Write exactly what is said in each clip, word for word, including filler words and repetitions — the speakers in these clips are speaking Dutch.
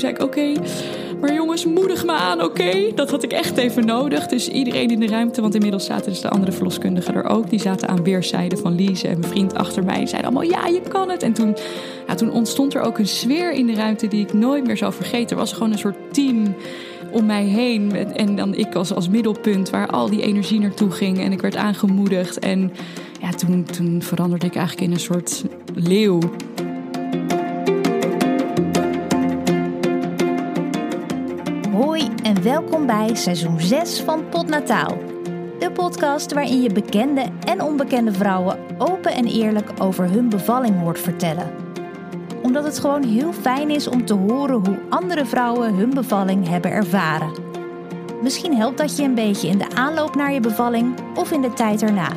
zei ik, oké, okay, maar jongens, moedig me aan, oké? Okay? Dat had ik echt even nodig. Dus iedereen in de ruimte, want inmiddels zaten dus de andere verloskundigen er ook. Die zaten aan weerszijden van Lise en mijn vriend achter mij. Die zeiden allemaal, ja, je kan het. En toen, ja, toen ontstond er ook een sfeer in de ruimte die ik nooit meer zal vergeten. Er was gewoon een soort team om mij heen. En dan ik als, als middelpunt waar al die energie naartoe ging. En ik werd aangemoedigd. En ja, toen, toen veranderde ik eigenlijk in een soort leeuw. Hoi en welkom bij seizoen zes van Podnataal. De podcast waarin je bekende en onbekende vrouwen open en eerlijk over hun bevalling hoort vertellen. Omdat het gewoon heel fijn is om te horen hoe andere vrouwen hun bevalling hebben ervaren. Misschien helpt dat je een beetje in de aanloop naar je bevalling of in de tijd erna.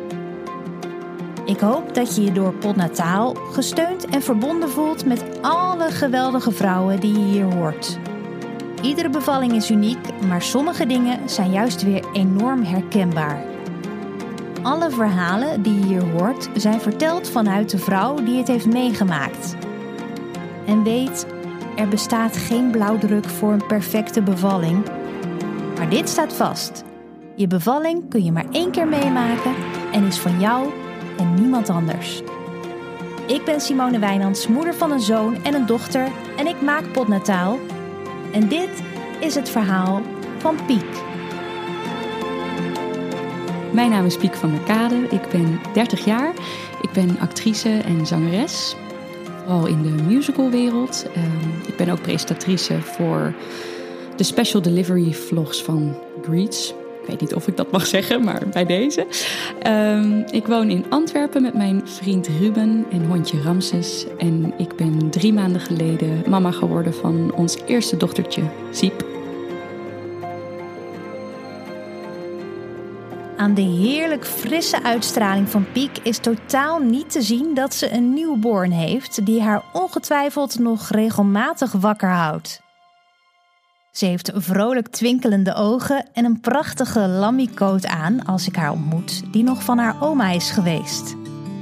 Ik hoop dat je je door Podnataal gesteund en verbonden voelt met alle geweldige vrouwen die je hier hoort. Iedere bevalling is uniek, maar sommige dingen zijn juist weer enorm herkenbaar. Alle verhalen die je hier hoort zijn verteld vanuit de vrouw die het heeft meegemaakt. En weet, er bestaat geen blauwdruk voor een perfecte bevalling. Maar dit staat vast. Je bevalling kun je maar één keer meemaken en is van jou en niemand anders. Ik ben Simone Wijnands, moeder van een zoon en een dochter en ik maak Podnataal. En dit is het verhaal van Piek. Mijn naam is Piek van der Kade. Ik ben dertig jaar. Ik ben actrice en zangeres. Vooral in de musicalwereld. Uh, ik ben ook presentatrice voor de special delivery vlogs van Greets. Ik weet niet of ik dat mag zeggen, maar bij deze. Uh, ik woon in Antwerpen met mijn vriend Ruben en hondje Ramses. En ik ben drie maanden geleden mama geworden van ons eerste dochtertje, Siep. Aan de heerlijk frisse uitstraling van Piek is totaal niet te zien dat ze een newborn heeft die haar ongetwijfeld nog regelmatig wakker houdt. Ze heeft vrolijk twinkelende ogen en een prachtige lammiecoat aan als ik haar ontmoet, die nog van haar oma is geweest.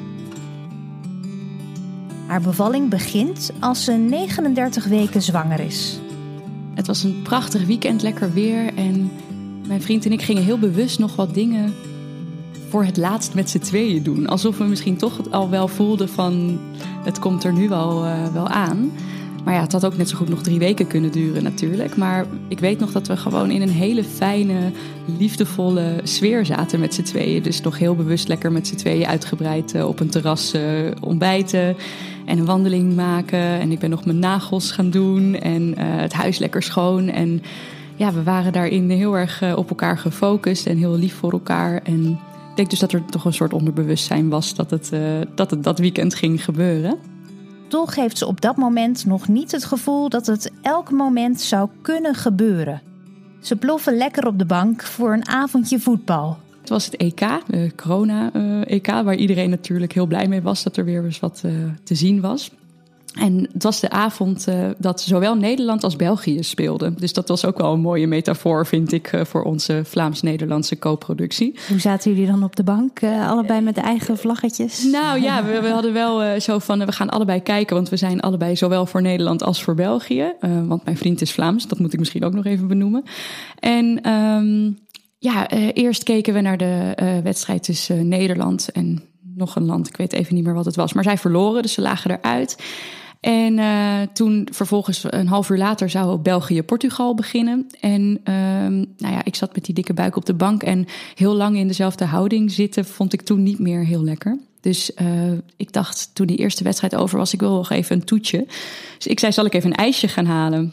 Haar bevalling begint als ze negenendertig weken zwanger is. Het was een prachtig weekend, lekker weer. En mijn vriend en ik gingen heel bewust nog wat dingen voor het laatst met z'n tweeën doen. Alsof we misschien toch al wel voelden van, het komt er nu wel, uh, wel aan. Maar ja, het had ook net zo goed nog drie weken kunnen duren natuurlijk. Maar ik weet nog dat we gewoon in een hele fijne, liefdevolle sfeer zaten met z'n tweeën. Dus nog heel bewust lekker met z'n tweeën uitgebreid op een terras uh, ontbijten. En een wandeling maken. En ik ben nog mijn nagels gaan doen. En uh, het huis lekker schoon. En ja, we waren daarin heel erg uh, op elkaar gefocust. En heel lief voor elkaar. En ik denk dus dat er toch een soort onderbewustzijn was dat het, uh, dat, het dat weekend ging gebeuren. Toch heeft ze op dat moment nog niet het gevoel dat het elk moment zou kunnen gebeuren. Ze ploffen lekker op de bank voor een avondje voetbal. Het was het E K, de corona-E K, waar iedereen natuurlijk heel blij mee was dat er weer eens wat uh, te zien was. En het was de avond uh, dat zowel Nederland als België speelden. Dus dat was ook wel een mooie metafoor, vind ik, uh, voor onze Vlaams-Nederlandse co-productie. Hoe zaten jullie dan op de bank? Uh, allebei met de eigen vlaggetjes? Nou ja, we, we hadden wel uh, zo van, uh, we gaan allebei kijken. Want we zijn allebei zowel voor Nederland als voor België. Uh, want mijn vriend is Vlaams, dat moet ik misschien ook nog even benoemen. En um, ja, uh, eerst keken we naar de uh, wedstrijd tussen uh, Nederland en nog een land. Ik weet even niet meer wat het was. Maar zij verloren, dus ze lagen eruit. En uh, toen vervolgens een half uur later zou België-Portugal beginnen. En uh, nou ja, ik zat met die dikke buik op de bank en heel lang in dezelfde houding zitten vond ik toen niet meer heel lekker. Dus uh, ik dacht toen die eerste wedstrijd over was, ik wil nog even een toetje. Dus ik zei, zal ik even een ijsje gaan halen?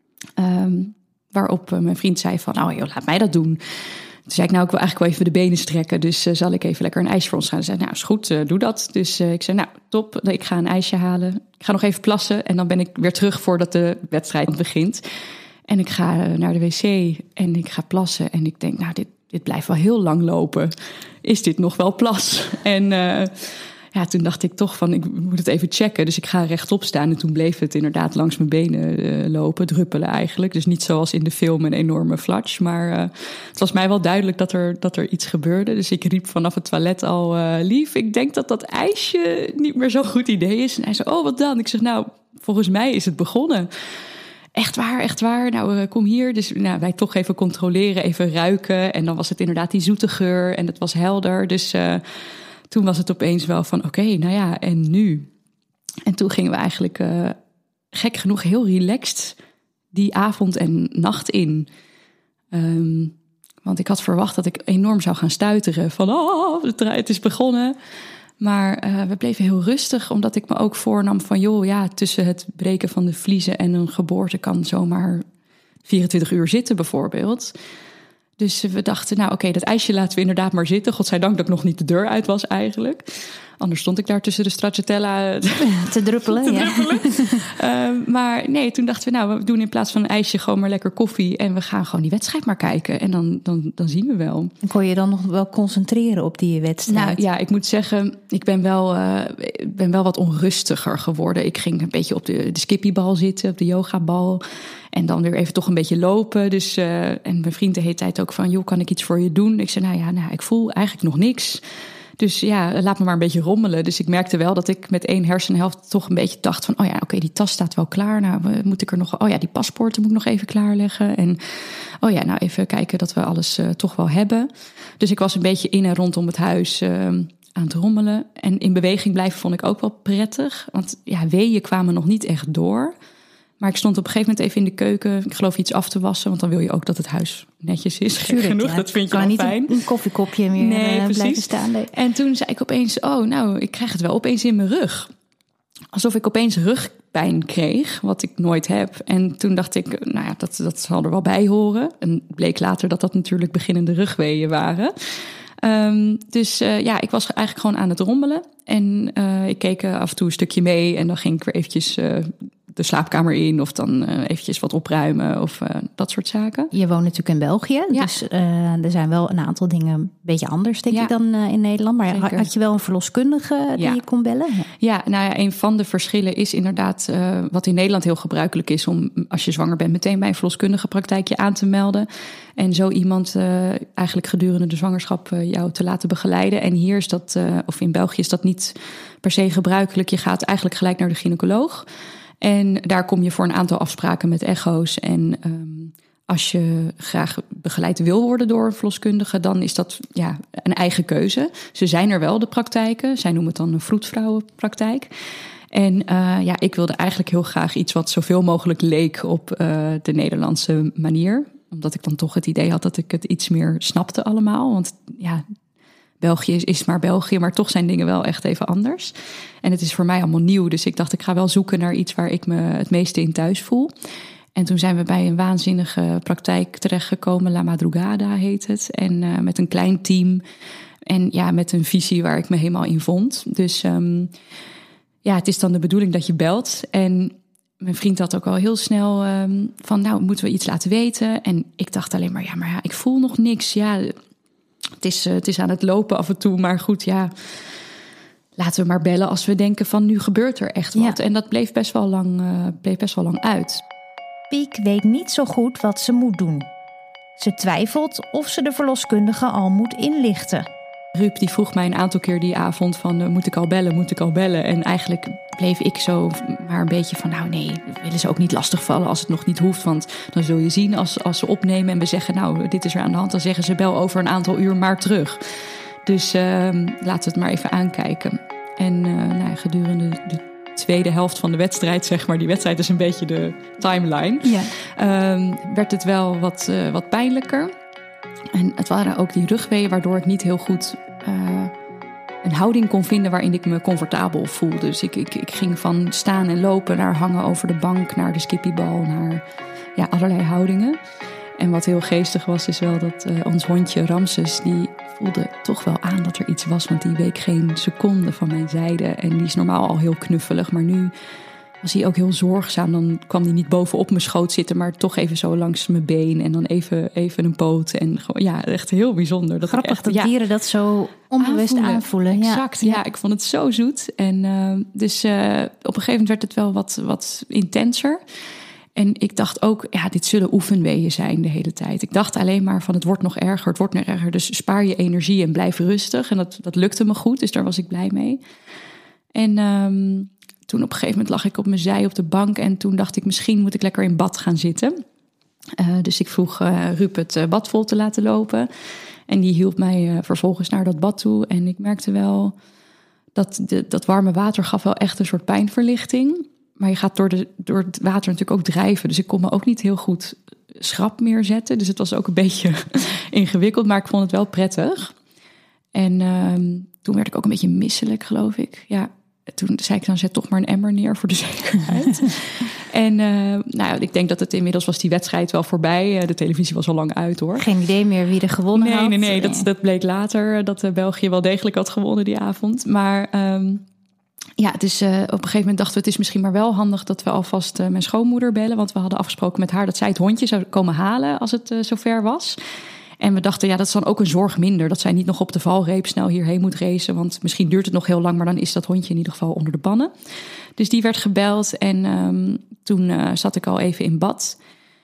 Um, waarop uh, mijn vriend zei van, nou joh, laat mij dat doen. Toen zei ik, nou, ik wil eigenlijk wel even de benen strekken. Dus uh, zal ik even lekker een ijsje voor ons gaan? Ze zei, nou, is goed, uh, doe dat. Dus uh, ik zei, nou, top, ik ga een ijsje halen. Ik ga nog even plassen en dan ben ik weer terug voordat de wedstrijd begint. En ik ga uh, naar de wc en ik ga plassen. En ik denk, nou, dit, dit blijft wel heel lang lopen. Is dit nog wel plas? En uh, ja, toen dacht ik toch van, ik moet het even checken. Dus ik ga rechtop staan en toen bleef het inderdaad langs mijn benen uh, lopen, druppelen eigenlijk. Dus niet zoals in de film een enorme flatsch. Maar uh, het was mij wel duidelijk dat er, dat er iets gebeurde. Dus ik riep vanaf het toilet al, uh, lief, ik denk dat dat ijsje niet meer zo'n goed idee is. En hij zei, oh, wat dan? Ik zeg, nou, volgens mij is het begonnen. echt waar, echt waar. Nou, uh, kom hier. Dus nou, wij toch even controleren, even ruiken. En dan was het inderdaad die zoete geur en het was helder. Dus uh, toen was het opeens wel van, oké, okay, nou ja, en nu? En toen gingen we eigenlijk, uh, gek genoeg, heel relaxed die avond en nacht in. Um, want ik had verwacht dat ik enorm zou gaan stuiteren. Van, oh, het is begonnen. Maar uh, we bleven heel rustig, omdat ik me ook voornam van... joh, ja, tussen het breken van de vliezen en een geboorte kan zomaar vierentwintig uur zitten bijvoorbeeld. Dus we dachten, nou oké, okay, dat ijsje laten we inderdaad maar zitten. Godzijdank dat ik nog niet de deur uit was eigenlijk. Anders stond ik daar tussen de stracciatella te druppelen. te ja. druppelen. uh, maar nee, toen dachten we, nou, we doen in plaats van een ijsje gewoon maar lekker koffie. En we gaan gewoon die wedstrijd maar kijken. En dan, dan, dan zien we wel. En kon je dan nog wel concentreren op die wedstrijd? Nou ja, ik moet zeggen, ik ben wel, uh, ben wel wat onrustiger geworden. Ik ging een beetje op de, de skippybal zitten, op de yogabal. En dan weer even toch een beetje lopen. Dus, uh, en mijn vriend de hele tijd ook van, joh, kan ik iets voor je doen? Ik zei, nou ja, nou, ik voel eigenlijk nog niks. Dus ja, laat me maar een beetje rommelen. Dus ik merkte wel dat ik met één hersenhelft toch een beetje dacht van... oh ja, oké, okay, die tas staat wel klaar. Nou, moet ik er nog... oh ja, die paspoorten moet ik nog even klaarleggen. En oh ja, nou even kijken dat we alles uh, toch wel hebben. Dus ik was een beetje in en rondom het huis uh, aan het rommelen. En in beweging blijven vond ik ook wel prettig. Want ja, weeën kwamen nog niet echt door... Maar ik stond op een gegeven moment even in de keuken. Ik geloof iets af te wassen. Want dan wil je ook dat het huis netjes is. Tuurlijk, genoeg, ja. Dat vind je wel niet fijn. Een, een koffiekopje meer nee, uh, blijven staan. Nee. En toen zei ik opeens, oh nou, ik krijg het wel opeens in mijn rug. Alsof ik opeens rugpijn kreeg, wat ik nooit heb. En toen dacht ik, nou ja, dat, dat zal er wel bij horen. En bleek later dat dat natuurlijk beginnende rugweeën waren. Um, dus uh, ja, ik was eigenlijk gewoon aan het rommelen. En uh, ik keek af en toe een stukje mee. En dan ging ik weer eventjes... Uh, de slaapkamer in of dan uh, eventjes wat opruimen of uh, dat soort zaken. Je woont natuurlijk in België, ja. Dus uh, er zijn wel een aantal dingen een beetje anders, denk ja. ik, dan uh, in Nederland. Maar Zeker. Had je wel een verloskundige die ja. je kon bellen? Ja. ja, nou ja, een van de verschillen is inderdaad uh, wat in Nederland heel gebruikelijk is om als je zwanger bent meteen bij een verloskundige praktijkje aan te melden. En zo iemand uh, eigenlijk gedurende de zwangerschap uh, jou te laten begeleiden. En hier is dat, uh, of in België is dat niet per se gebruikelijk. Je gaat eigenlijk gelijk naar de gynaecoloog. En daar kom je voor een aantal afspraken met echo's. En um, als je graag begeleid wil worden door een verloskundige, dan is dat ja, een eigen keuze. Ze zijn er wel, de praktijken. Zij noemen het dan een vroedvrouwenpraktijk. En uh, ja, ik wilde eigenlijk heel graag iets wat zoveel mogelijk leek op uh, de Nederlandse manier. Omdat ik dan toch het idee had dat ik het iets meer snapte allemaal. Want ja... België is, is maar België, maar toch zijn dingen wel echt even anders. En het is voor mij allemaal nieuw, dus ik dacht ik ga wel zoeken naar iets waar ik me het meeste in thuis voel. En toen zijn we bij een waanzinnige praktijk terechtgekomen, La Madrugada heet het. En uh, met een klein team en ja, met een visie waar ik me helemaal in vond. Dus um, ja, het is dan de bedoeling dat je belt. En mijn vriend had ook al heel snel um, van nou, moeten we iets laten weten? En ik dacht alleen maar, ja, maar ja, ik voel nog niks, ja... Het is, het is aan het lopen af en toe, maar goed, ja, laten we maar bellen als we denken van nu gebeurt er echt wat. Ja. En dat bleef best wel lang, uh, bleef best wel lang uit. Piek weet niet zo goed wat ze moet doen. Ze twijfelt of ze de verloskundige al moet inlichten. Ruud die vroeg mij een aantal keer die avond van uh, moet ik al bellen, moet ik al bellen? En eigenlijk bleef ik zo maar een beetje van nou nee, we willen ze ook niet lastigvallen als het nog niet hoeft. Want dan zul je zien als, als ze opnemen en we zeggen nou dit is er aan de hand. Dan zeggen ze bel over een aantal uur maar terug. Dus uh, laten we het maar even aankijken. En uh, nou, gedurende de tweede helft van de wedstrijd, zeg maar, die wedstrijd is een beetje de timeline. Ja. Uh, werd het wel wat, uh, wat pijnlijker. En het waren ook die rugweeën waardoor ik niet heel goed uh, een houding kon vinden waarin ik me comfortabel voelde. Dus ik, ik, ik ging van staan en lopen naar hangen over de bank, naar de skippybal, naar ja, allerlei houdingen. En wat heel geestig was, is wel dat uh, ons hondje Ramses, die voelde toch wel aan dat er iets was. Want die week geen seconde van mijn zijde. En die is normaal al heel knuffelig, maar nu was hij ook heel zorgzaam. Dan kwam hij niet bovenop mijn schoot zitten, maar toch even zo langs mijn been. En dan even, even een poot. En gewoon, ja, echt heel bijzonder. Dat Grappig ik echt, dat ja, dieren dat zo onbewust aanvoelen. aanvoelen. Exact, ja. ja. Ik vond het zo zoet. En uh, dus uh, op een gegeven moment werd het wel wat, wat intenser. En ik dacht ook, ja, dit zullen oefenweeën zijn de hele tijd. Ik dacht alleen maar van, het wordt nog erger, het wordt nog erger. Dus spaar je energie en blijf rustig. En dat, dat lukte me goed, dus daar was ik blij mee. En um, toen op een gegeven moment lag ik op mijn zij op de bank. En toen dacht ik, misschien moet ik lekker in bad gaan zitten. Uh, dus ik vroeg uh, Ruud het uh, bad vol te laten lopen. En die hielp mij uh, vervolgens naar dat bad toe. En ik merkte wel dat de, dat warme water gaf wel echt een soort pijnverlichting. Maar je gaat door, de, door het water natuurlijk ook drijven. Dus ik kon me ook niet heel goed schrap meer zetten. Dus het was ook een beetje ingewikkeld. Maar ik vond het wel prettig. En uh, toen werd ik ook een beetje misselijk, geloof ik. Ja, toen zei ik dan, zet toch maar een emmer neer voor de zekerheid. En uh, nou, ik denk dat het inmiddels was die wedstrijd wel voorbij. Uh, de televisie was al lang uit, hoor. Geen idee meer wie er gewonnen nee, had. Nee, nee, dat, dat bleek later. Dat uh, België wel degelijk had gewonnen die avond. Maar um, ja, dus uh, op een gegeven moment dachten we, het is misschien maar wel handig dat we alvast uh, mijn schoonmoeder bellen. Want we hadden afgesproken met haar dat zij het hondje zou komen halen als het uh, zover was. En we dachten, ja, dat is dan ook een zorg minder. Dat zij niet nog op de valreep snel hierheen moet racen. Want misschien duurt het nog heel lang, maar dan is dat hondje in ieder geval onder de bannen. Dus die werd gebeld en um, toen uh, zat ik al even in bad.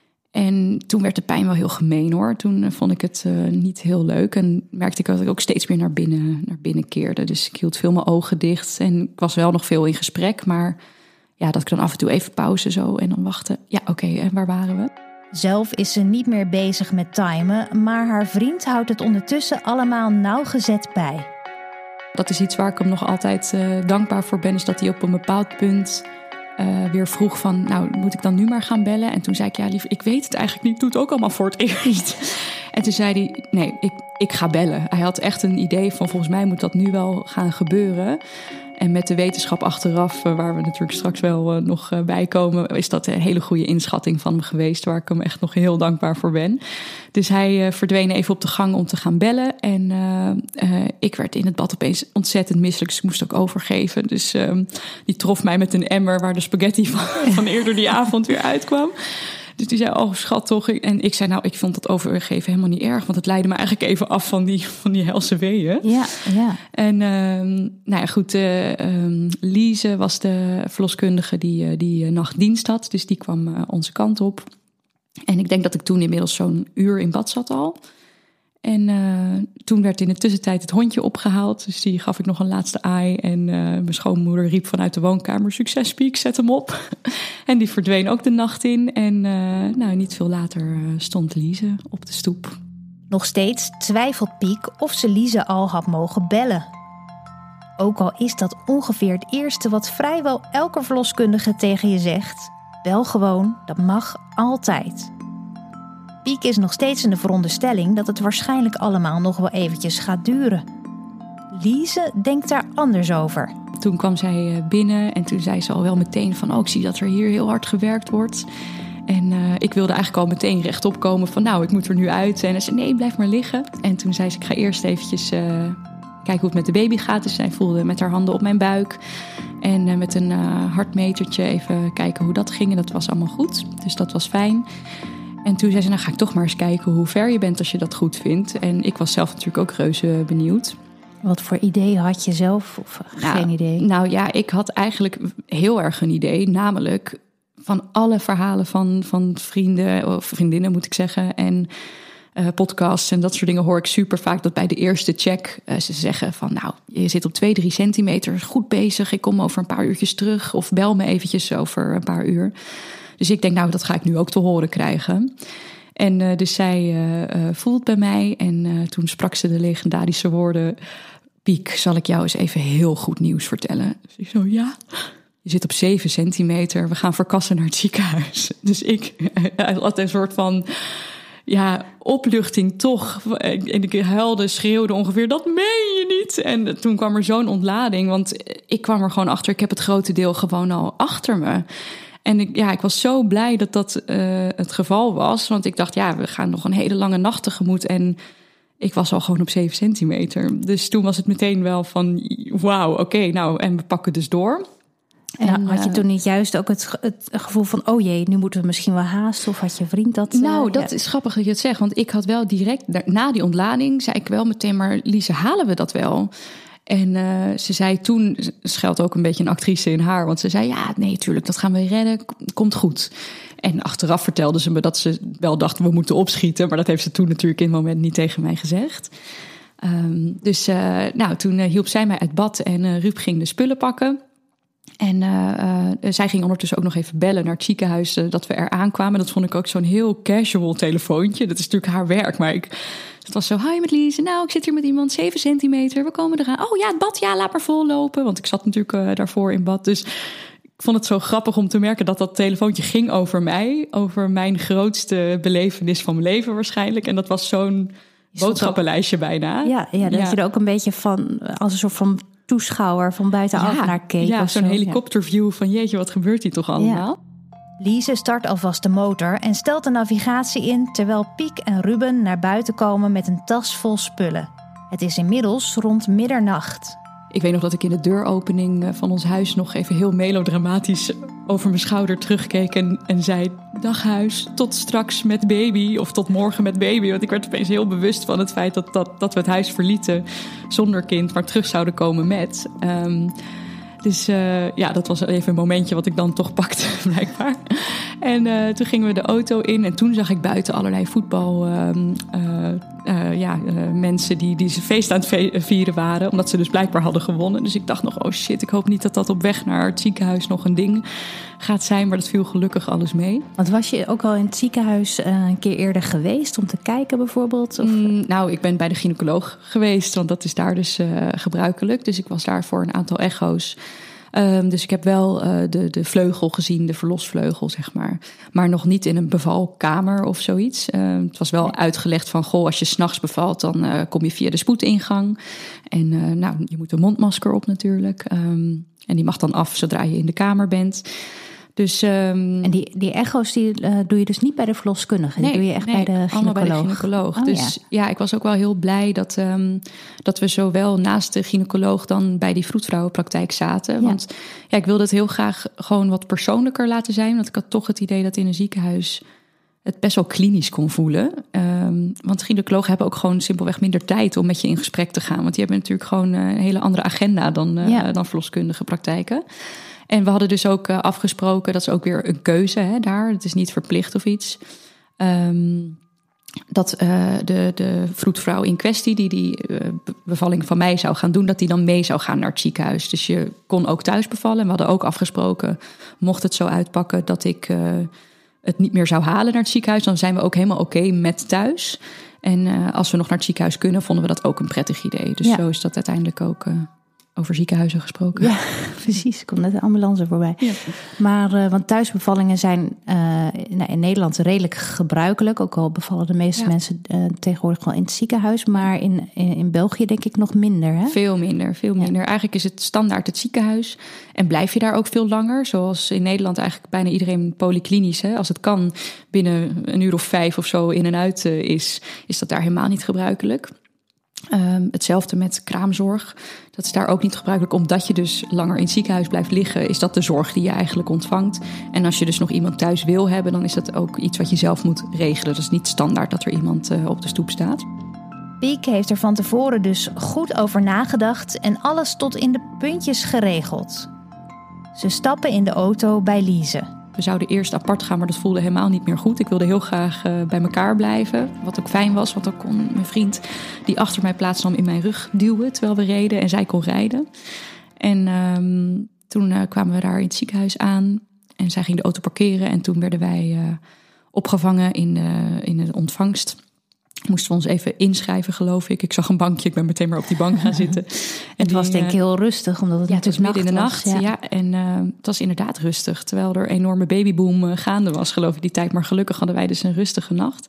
En toen werd de pijn wel heel gemeen, hoor. Toen uh, vond ik het uh, niet heel leuk. En merkte ik dat ik ook steeds meer naar binnen, naar binnen keerde. Dus ik hield veel mijn ogen dicht. En ik was wel nog veel in gesprek. Maar ja, dat ik dan af en toe even pauze zo en dan wachten. Ja, oké, okay, en waar waren we? Zelf is ze niet meer bezig met timen, maar haar vriend houdt het ondertussen allemaal nauwgezet bij. Dat is iets waar ik hem nog altijd uh, dankbaar voor ben, is dat hij op een bepaald punt uh, weer vroeg van, nou, moet ik dan nu maar gaan bellen? En toen zei ik, ja, lief, ik weet het eigenlijk niet, doe het ook allemaal voor het eerst. En toen zei hij, nee, ik, ik ga bellen. Hij had echt een idee van, volgens mij moet dat nu wel gaan gebeuren. En met de wetenschap achteraf, waar we natuurlijk straks wel uh, nog uh, bij komen, is dat een hele goede inschatting van hem geweest, waar ik hem echt nog heel dankbaar voor ben. Dus hij uh, verdween even op de gang om te gaan bellen. En uh, uh, ik werd in het bad opeens ontzettend misselijk, dus ik moest ook overgeven. Dus uh, die trof mij met een emmer waar de spaghetti van, van eerder die avond weer uitkwam. Dus die zei, oh schat toch. En ik zei, nou, ik vond dat overgeven helemaal niet erg. Want het leidde me eigenlijk even af van die, van die helse weeën. Ja, ja. En um, nou ja, goed. Uh, um, Lise was de verloskundige die, uh, die uh, nachtdienst had. Dus die kwam uh, onze kant op. En ik denk dat ik toen inmiddels zo'n uur in bad zat al. En uh, toen werd in de tussentijd het hondje opgehaald. Dus die gaf ik nog een laatste aai. En uh, mijn schoonmoeder riep vanuit de woonkamer, succes Piek, zet hem op. En die verdween ook de nacht in. En uh, nou, niet veel later uh, stond Lise op de stoep. Nog steeds twijfelt Piek of ze Lise al had mogen bellen. Ook al is dat ongeveer het eerste wat vrijwel elke verloskundige tegen je zegt. Bel gewoon, dat mag altijd. Piek is nog steeds in de veronderstelling dat het waarschijnlijk allemaal nog wel eventjes gaat duren. Lise denkt daar anders over. Toen kwam zij binnen en toen zei ze al wel meteen van, oh, ik zie dat er hier heel hard gewerkt wordt. En uh, ik wilde eigenlijk al meteen rechtop komen van, nou, ik moet er nu uit. En ze zei, nee, blijf maar liggen. En toen zei ze, ik ga eerst eventjes uh, kijken hoe het met de baby gaat. Dus zij voelde met haar handen op mijn buik. En uh, met een uh, hartmetertje even kijken hoe dat ging. En dat was allemaal goed, dus dat was fijn. En toen zei ze, nou ga ik toch maar eens kijken hoe ver je bent als je dat goed vindt. En ik was zelf natuurlijk ook reuze benieuwd. Wat voor idee had je zelf? Of nou, geen idee? Nou ja, ik had eigenlijk heel erg een idee. Namelijk van alle verhalen van, van vrienden, of vriendinnen moet ik zeggen. En uh, podcasts en dat soort dingen hoor ik super vaak. Dat bij de eerste check uh, ze zeggen van, nou, je zit op twee, drie centimeter. Goed bezig, ik kom over een paar uurtjes terug. Of bel me eventjes over een paar uur. Dus ik denk, nou, dat ga ik nu ook te horen krijgen. En uh, dus zij uh, uh, voelt bij mij. En uh, toen sprak ze de legendarische woorden, Piek, zal ik jou eens even heel goed nieuws vertellen? Dus ik zo, ja. Je zit op zeven centimeter. We gaan verkassen naar het ziekenhuis. Dus ik uh, had een soort van, ja, opluchting toch. En ik huilde, schreeuwde ongeveer, dat meen je niet. En toen kwam er zo'n ontlading. Want ik kwam er gewoon achter, ik heb het grote deel gewoon al achter me. En ik, ja, ik was zo blij dat dat uh, het geval was. Want ik dacht, ja, we gaan nog een hele lange nacht tegemoet. En ik was al gewoon op zeven centimeter. Dus toen was het meteen wel van, wauw, oké, okay, nou, en we pakken dus door. En, en had je toen niet juist ook het, het gevoel van, oh jee, nu moeten we misschien wel haasten? Of had je vriend dat? Nou, uh, dat ja. is grappig dat je het zegt. Want ik had wel direct, na die ontlading, zei ik wel meteen, maar Lise, halen we dat wel? En uh, ze zei toen, schuilt ook een beetje een actrice in haar, want ze zei, ja, nee, tuurlijk, dat gaan we redden, komt goed. En achteraf vertelde ze me dat ze wel dachten, we moeten opschieten, maar dat heeft ze toen natuurlijk in het moment niet tegen mij gezegd. Um, dus uh, nou, toen uh, hielp zij mij uit bad en uh, Ruud ging de spullen pakken. En uh, uh, zij ging ondertussen ook nog even bellen naar het ziekenhuis uh, dat we eraan kwamen. Dat vond ik ook zo'n heel casual telefoontje. Dat is natuurlijk haar werk, maar ik, het was zo... Hi met Lies, nou ik zit hier met iemand, zeven centimeter, we komen eraan. Oh ja, het bad, ja, laat maar vol lopen. Want ik zat natuurlijk uh, daarvoor in bad, dus... Ik vond het zo grappig om te merken dat dat telefoontje ging over mij. Over mijn grootste belevenis van mijn leven waarschijnlijk. En dat was zo'n boodschappenlijstje bijna. Ja, ja dat ja. je er ook een beetje van, als een soort van toeschouwer van buitenaf ja, naar keek. Ja, zo'n zo. helikopterview van jeetje, wat gebeurt hier toch allemaal? Ja. Lize start alvast de motor en stelt de navigatie in... terwijl Piek en Ruben naar buiten komen met een tas vol spullen. Het is inmiddels rond middernacht. Ik weet nog dat ik in de deuropening van ons huis nog even heel melodramatisch over mijn schouder terugkeek en, en zei... Dag huis, tot straks met baby of tot morgen met baby. Want ik werd opeens heel bewust van het feit dat, dat, dat we het huis verlieten zonder kind, maar terug zouden komen met... Um, Dus uh, ja, dat was even een momentje wat ik dan toch pakte, blijkbaar. En uh, toen gingen we de auto in en toen zag ik buiten allerlei voetbal... Uh, uh, uh, ja, uh, mensen die, die ze feest aan het vieren waren, omdat ze dus blijkbaar hadden gewonnen. Dus ik dacht nog, oh shit, ik hoop niet dat dat op weg naar het ziekenhuis nog een ding gaat zijn. Maar dat viel gelukkig alles mee. Want was je ook al in het ziekenhuis uh, een keer eerder geweest om te kijken bijvoorbeeld? Of? Mm, nou, ik ben bij de gynaecoloog geweest, want dat is daar dus uh, gebruikelijk. Dus ik was daar voor een aantal echo's. Um, dus ik heb wel uh, de, de vleugel gezien, de verlosvleugel, zeg maar. Maar nog niet in een bevalkamer of zoiets. Uh, het was wel uitgelegd van, goh, als je 's nachts bevalt, dan uh, kom je via de spoedingang. En uh, nou, je moet een mondmasker op natuurlijk. Um, en die mag dan af zodra je in de kamer bent. Dus, um, en die, die echo's die, uh, doe je dus niet bij de verloskundige? Die nee, doe je echt nee, bij de gynaecoloog? bij de gynaecoloog. Oh, dus ja. ja, ik was ook wel heel blij dat, um, dat we zowel naast de gynaecoloog dan bij die vroedvrouwenpraktijk zaten. Ja. Want ja, ik wilde het heel graag gewoon wat persoonlijker laten zijn. Want ik had toch het idee dat in een ziekenhuis het best wel klinisch kon voelen. Um, want gynaecologen hebben ook gewoon simpelweg minder tijd om met je in gesprek te gaan. Want die hebben natuurlijk gewoon een hele andere agenda dan, uh, ja. dan verloskundige praktijken. En we hadden dus ook uh, afgesproken, dat is ook weer een keuze hè, daar. Het is niet verplicht of iets. Um, dat uh, de, de vroedvrouw in kwestie, die die uh, bevalling van mij zou gaan doen, dat die dan mee zou gaan naar het ziekenhuis. Dus je kon ook thuis bevallen. We hadden ook afgesproken, mocht het zo uitpakken dat ik uh, het niet meer zou halen naar het ziekenhuis, dan zijn we ook helemaal oké met thuis. En uh, als we nog naar het ziekenhuis kunnen, vonden we dat ook een prettig idee. Dus ja. Zo is dat uiteindelijk ook... Uh, over ziekenhuizen gesproken. Ja, precies. Er komt net de ambulance voorbij. Ja. Maar, uh, want thuisbevallingen zijn uh, nou, in Nederland redelijk gebruikelijk. Ook al bevallen de meeste ja. mensen uh, tegenwoordig wel in het ziekenhuis. Maar in, in, in België denk ik nog minder. Hè? Veel minder, veel minder. Ja. Eigenlijk is het standaard het ziekenhuis. En blijf je daar ook veel langer. Zoals in Nederland eigenlijk bijna iedereen polyklinisch. Hè? Als het kan binnen een uur of vijf of zo in en uit uh, is, is dat daar helemaal niet gebruikelijk. Um, hetzelfde met kraamzorg. Dat is daar ook niet gebruikelijk. Omdat je dus langer in het ziekenhuis blijft liggen, is dat de zorg die je eigenlijk ontvangt. En als je dus nog iemand thuis wil hebben, dan is dat ook iets wat je zelf moet regelen. Dat is niet standaard dat er iemand uh, op de stoep staat. Piek heeft er van tevoren dus goed over nagedacht en alles tot in de puntjes geregeld. Ze stappen in de auto bij Lize. We zouden eerst apart gaan, maar dat voelde helemaal niet meer goed. Ik wilde heel graag uh, bij elkaar blijven. Wat ook fijn was, want dan kon mijn vriend die achter mij plaats nam in mijn rug duwen terwijl we reden en zij kon rijden. En um, toen uh, kwamen we daar in het ziekenhuis aan en zij ging de auto parkeren. En toen werden wij uh, opgevangen in de, in de ontvangst. Moesten we ons even inschrijven, geloof ik. Ik zag een bankje, ik ben meteen maar op die bank gaan zitten. En het was denk ik heel rustig, omdat het ja, het was midden in de nacht. nacht. Ja, ja en uh, het was inderdaad rustig. Terwijl er een enorme babyboom uh, gaande was, geloof ik, die tijd. Maar gelukkig hadden wij dus een rustige nacht.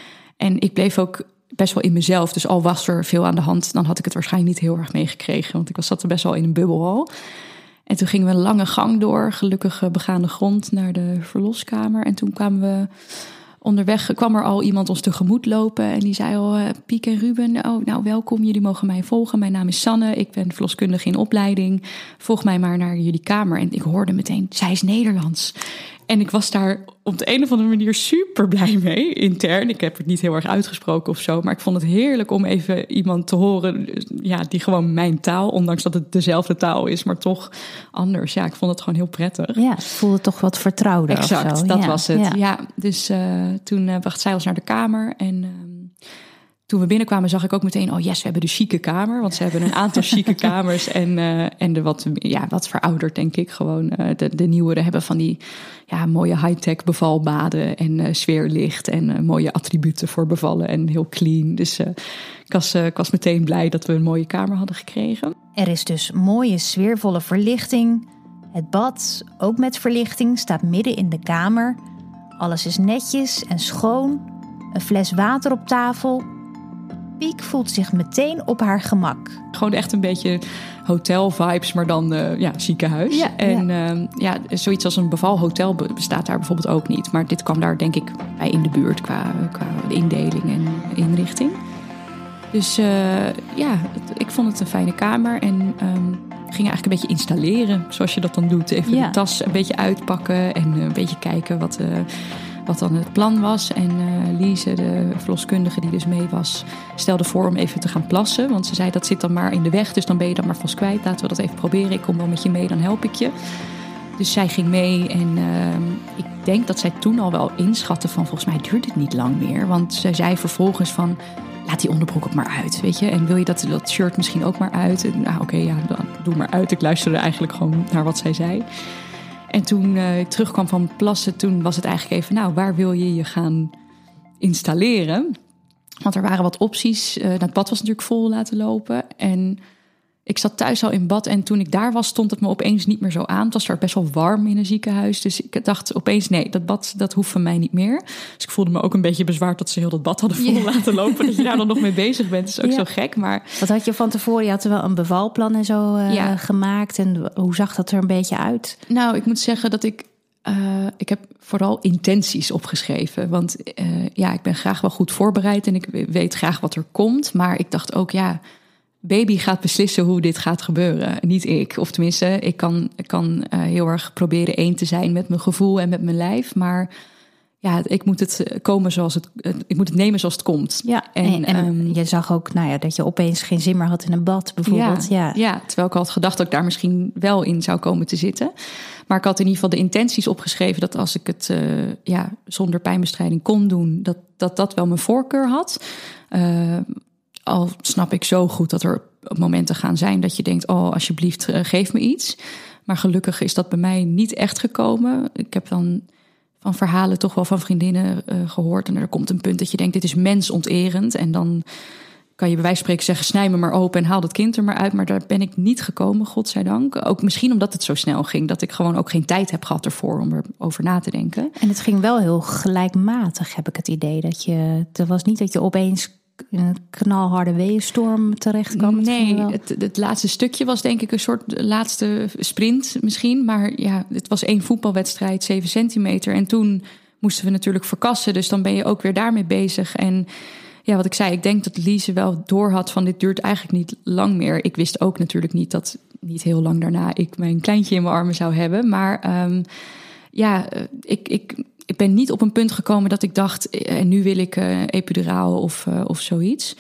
En ik bleef ook best wel in mezelf. Dus al was er veel aan de hand, dan had ik het waarschijnlijk niet heel erg meegekregen. Want ik was, zat er best wel in een bubbel al. En toen gingen we een lange gang door, gelukkig uh, begaande grond, naar de verloskamer. En toen kwamen we... Onderweg kwam er al iemand ons tegemoet lopen en die zei al, oh, Piek en Ruben, oh, nou welkom, jullie mogen mij volgen. Mijn naam is Sanne, ik ben verloskundige in opleiding. Volg mij maar naar jullie kamer. En ik hoorde meteen, zij is Nederlands. En ik was daar op de een of andere manier super blij mee, intern. Ik heb het niet heel erg uitgesproken of zo, maar ik vond het heerlijk om even iemand te horen, ja, die gewoon mijn taal, ondanks dat het dezelfde taal is, maar toch anders. Ja, ik vond het gewoon heel prettig. Ja, het voelde toch wat vertrouwder. Exact, of zo. dat ja, was het. Ja, ja dus uh, toen uh, bracht zij ons naar de kamer en... Uh, toen we binnenkwamen zag ik ook meteen, oh yes, we hebben de chique kamer. Want ze hebben een aantal chique kamers. En, uh, en de wat, ja, wat verouderd, denk ik. Gewoon uh, de, de nieuwere hebben van die ja, mooie high-tech bevalbaden en uh, sfeerlicht. En uh, mooie attributen voor bevallen en heel clean. Dus uh, ik, was, uh, ik was meteen blij dat we een mooie kamer hadden gekregen. Er is dus mooie sfeervolle verlichting. Het bad, ook met verlichting, staat midden in de kamer. Alles is netjes en schoon. Een fles water op tafel. Piek voelt zich meteen op haar gemak. Gewoon echt een beetje hotel-vibes, maar dan uh, ja, ziekenhuis. Ja, en ja. Uh, ja, zoiets als een bevalhotel bestaat daar bijvoorbeeld ook niet. Maar dit kwam daar denk ik bij in de buurt qua, qua indeling en inrichting. Dus uh, ja, het, ik vond het een fijne kamer. En um, ging eigenlijk een beetje installeren, zoals je dat dan doet. Even ja. de tas een beetje uitpakken en een beetje kijken wat... Uh, Wat dan het plan was. En uh, Lise, de verloskundige die dus mee was, stelde voor om even te gaan plassen. Want ze zei, dat zit dan maar in de weg, dus dan ben je dat maar vast kwijt. Laten we dat even proberen. Ik kom wel met je mee, dan help ik je. Dus zij ging mee en uh, ik denk dat zij toen al wel inschatte van, volgens mij duurt het niet lang meer. Want zij zei vervolgens van, laat die onderbroek ook maar uit, weet je. En wil je dat, dat shirt misschien ook maar uit? En, nou oké, okay, ja, dan doe maar uit. Ik luisterde eigenlijk gewoon naar wat zij zei. En toen uh, ik terugkwam van plassen, toen was het eigenlijk even, nou, waar wil je je gaan installeren? Want er waren wat opties. Uh, het bad was natuurlijk vol laten lopen. En ik zat thuis al in bad en toen ik daar was, stond het me opeens niet meer zo aan. Het was daar best wel warm in een ziekenhuis. Dus ik dacht opeens, nee, dat bad, dat hoeft van mij niet meer. Dus ik voelde me ook een beetje bezwaard dat ze heel dat bad hadden vol yeah. laten lopen. Dat je daar dan nog mee bezig bent, is ook yeah. zo gek. Maar wat had je van tevoren? Je had er wel een bevalplan en zo uh, ja. gemaakt. En hoe zag dat er een beetje uit? Nou, ik moet zeggen dat ik... Uh, ik heb vooral intenties opgeschreven. Want uh, ja, ik ben graag wel goed voorbereid en ik weet graag wat er komt. Maar ik dacht ook, ja... Baby gaat beslissen hoe dit gaat gebeuren, niet ik. Of tenminste, ik kan, ik kan uh, heel erg proberen één te zijn met mijn gevoel en met mijn lijf. Maar ja, ik moet het komen zoals het, ik moet het nemen zoals het komt. Ja, en, en, en um, je zag ook, nou ja, dat je opeens geen zin meer had in een bad, bijvoorbeeld. Ja, ja. ja, terwijl ik had gedacht dat ik daar misschien wel in zou komen te zitten. Maar ik had in ieder geval de intenties opgeschreven dat als ik het uh, ja, zonder pijnbestrijding kon doen, dat dat, dat wel mijn voorkeur had. Uh, Al snap ik zo goed dat er momenten gaan zijn dat je denkt, oh, alsjeblieft, geef me iets. Maar gelukkig is dat bij mij niet echt gekomen. Ik heb dan van verhalen toch wel van vriendinnen uh, gehoord. En er komt een punt dat je denkt, dit is mensonterend. En dan kan je bij wijze van spreken zeggen, snij me maar open en haal dat kind er maar uit. Maar daar ben ik niet gekomen, godzijdank. Ook misschien omdat het zo snel ging, dat ik gewoon ook geen tijd heb gehad ervoor om erover na te denken. En het ging wel heel gelijkmatig, heb ik het idee. Dat je, het was niet dat je opeens in een knalharde weeënstorm terecht kwam. Nee, het, het laatste stukje was denk ik een soort laatste sprint misschien. Maar ja, het was één voetbalwedstrijd, zeven centimeter. En toen moesten we natuurlijk verkassen. Dus dan ben je ook weer daarmee bezig. En ja, wat ik zei, ik denk dat Lise wel doorhad van dit duurt eigenlijk niet lang meer. Ik wist ook natuurlijk niet dat niet heel lang daarna ik mijn kleintje in mijn armen zou hebben. Maar um, ja, ik... ik Ik ben niet op een punt gekomen dat ik dacht, en nu wil ik uh, epiduraal of, uh, of zoiets.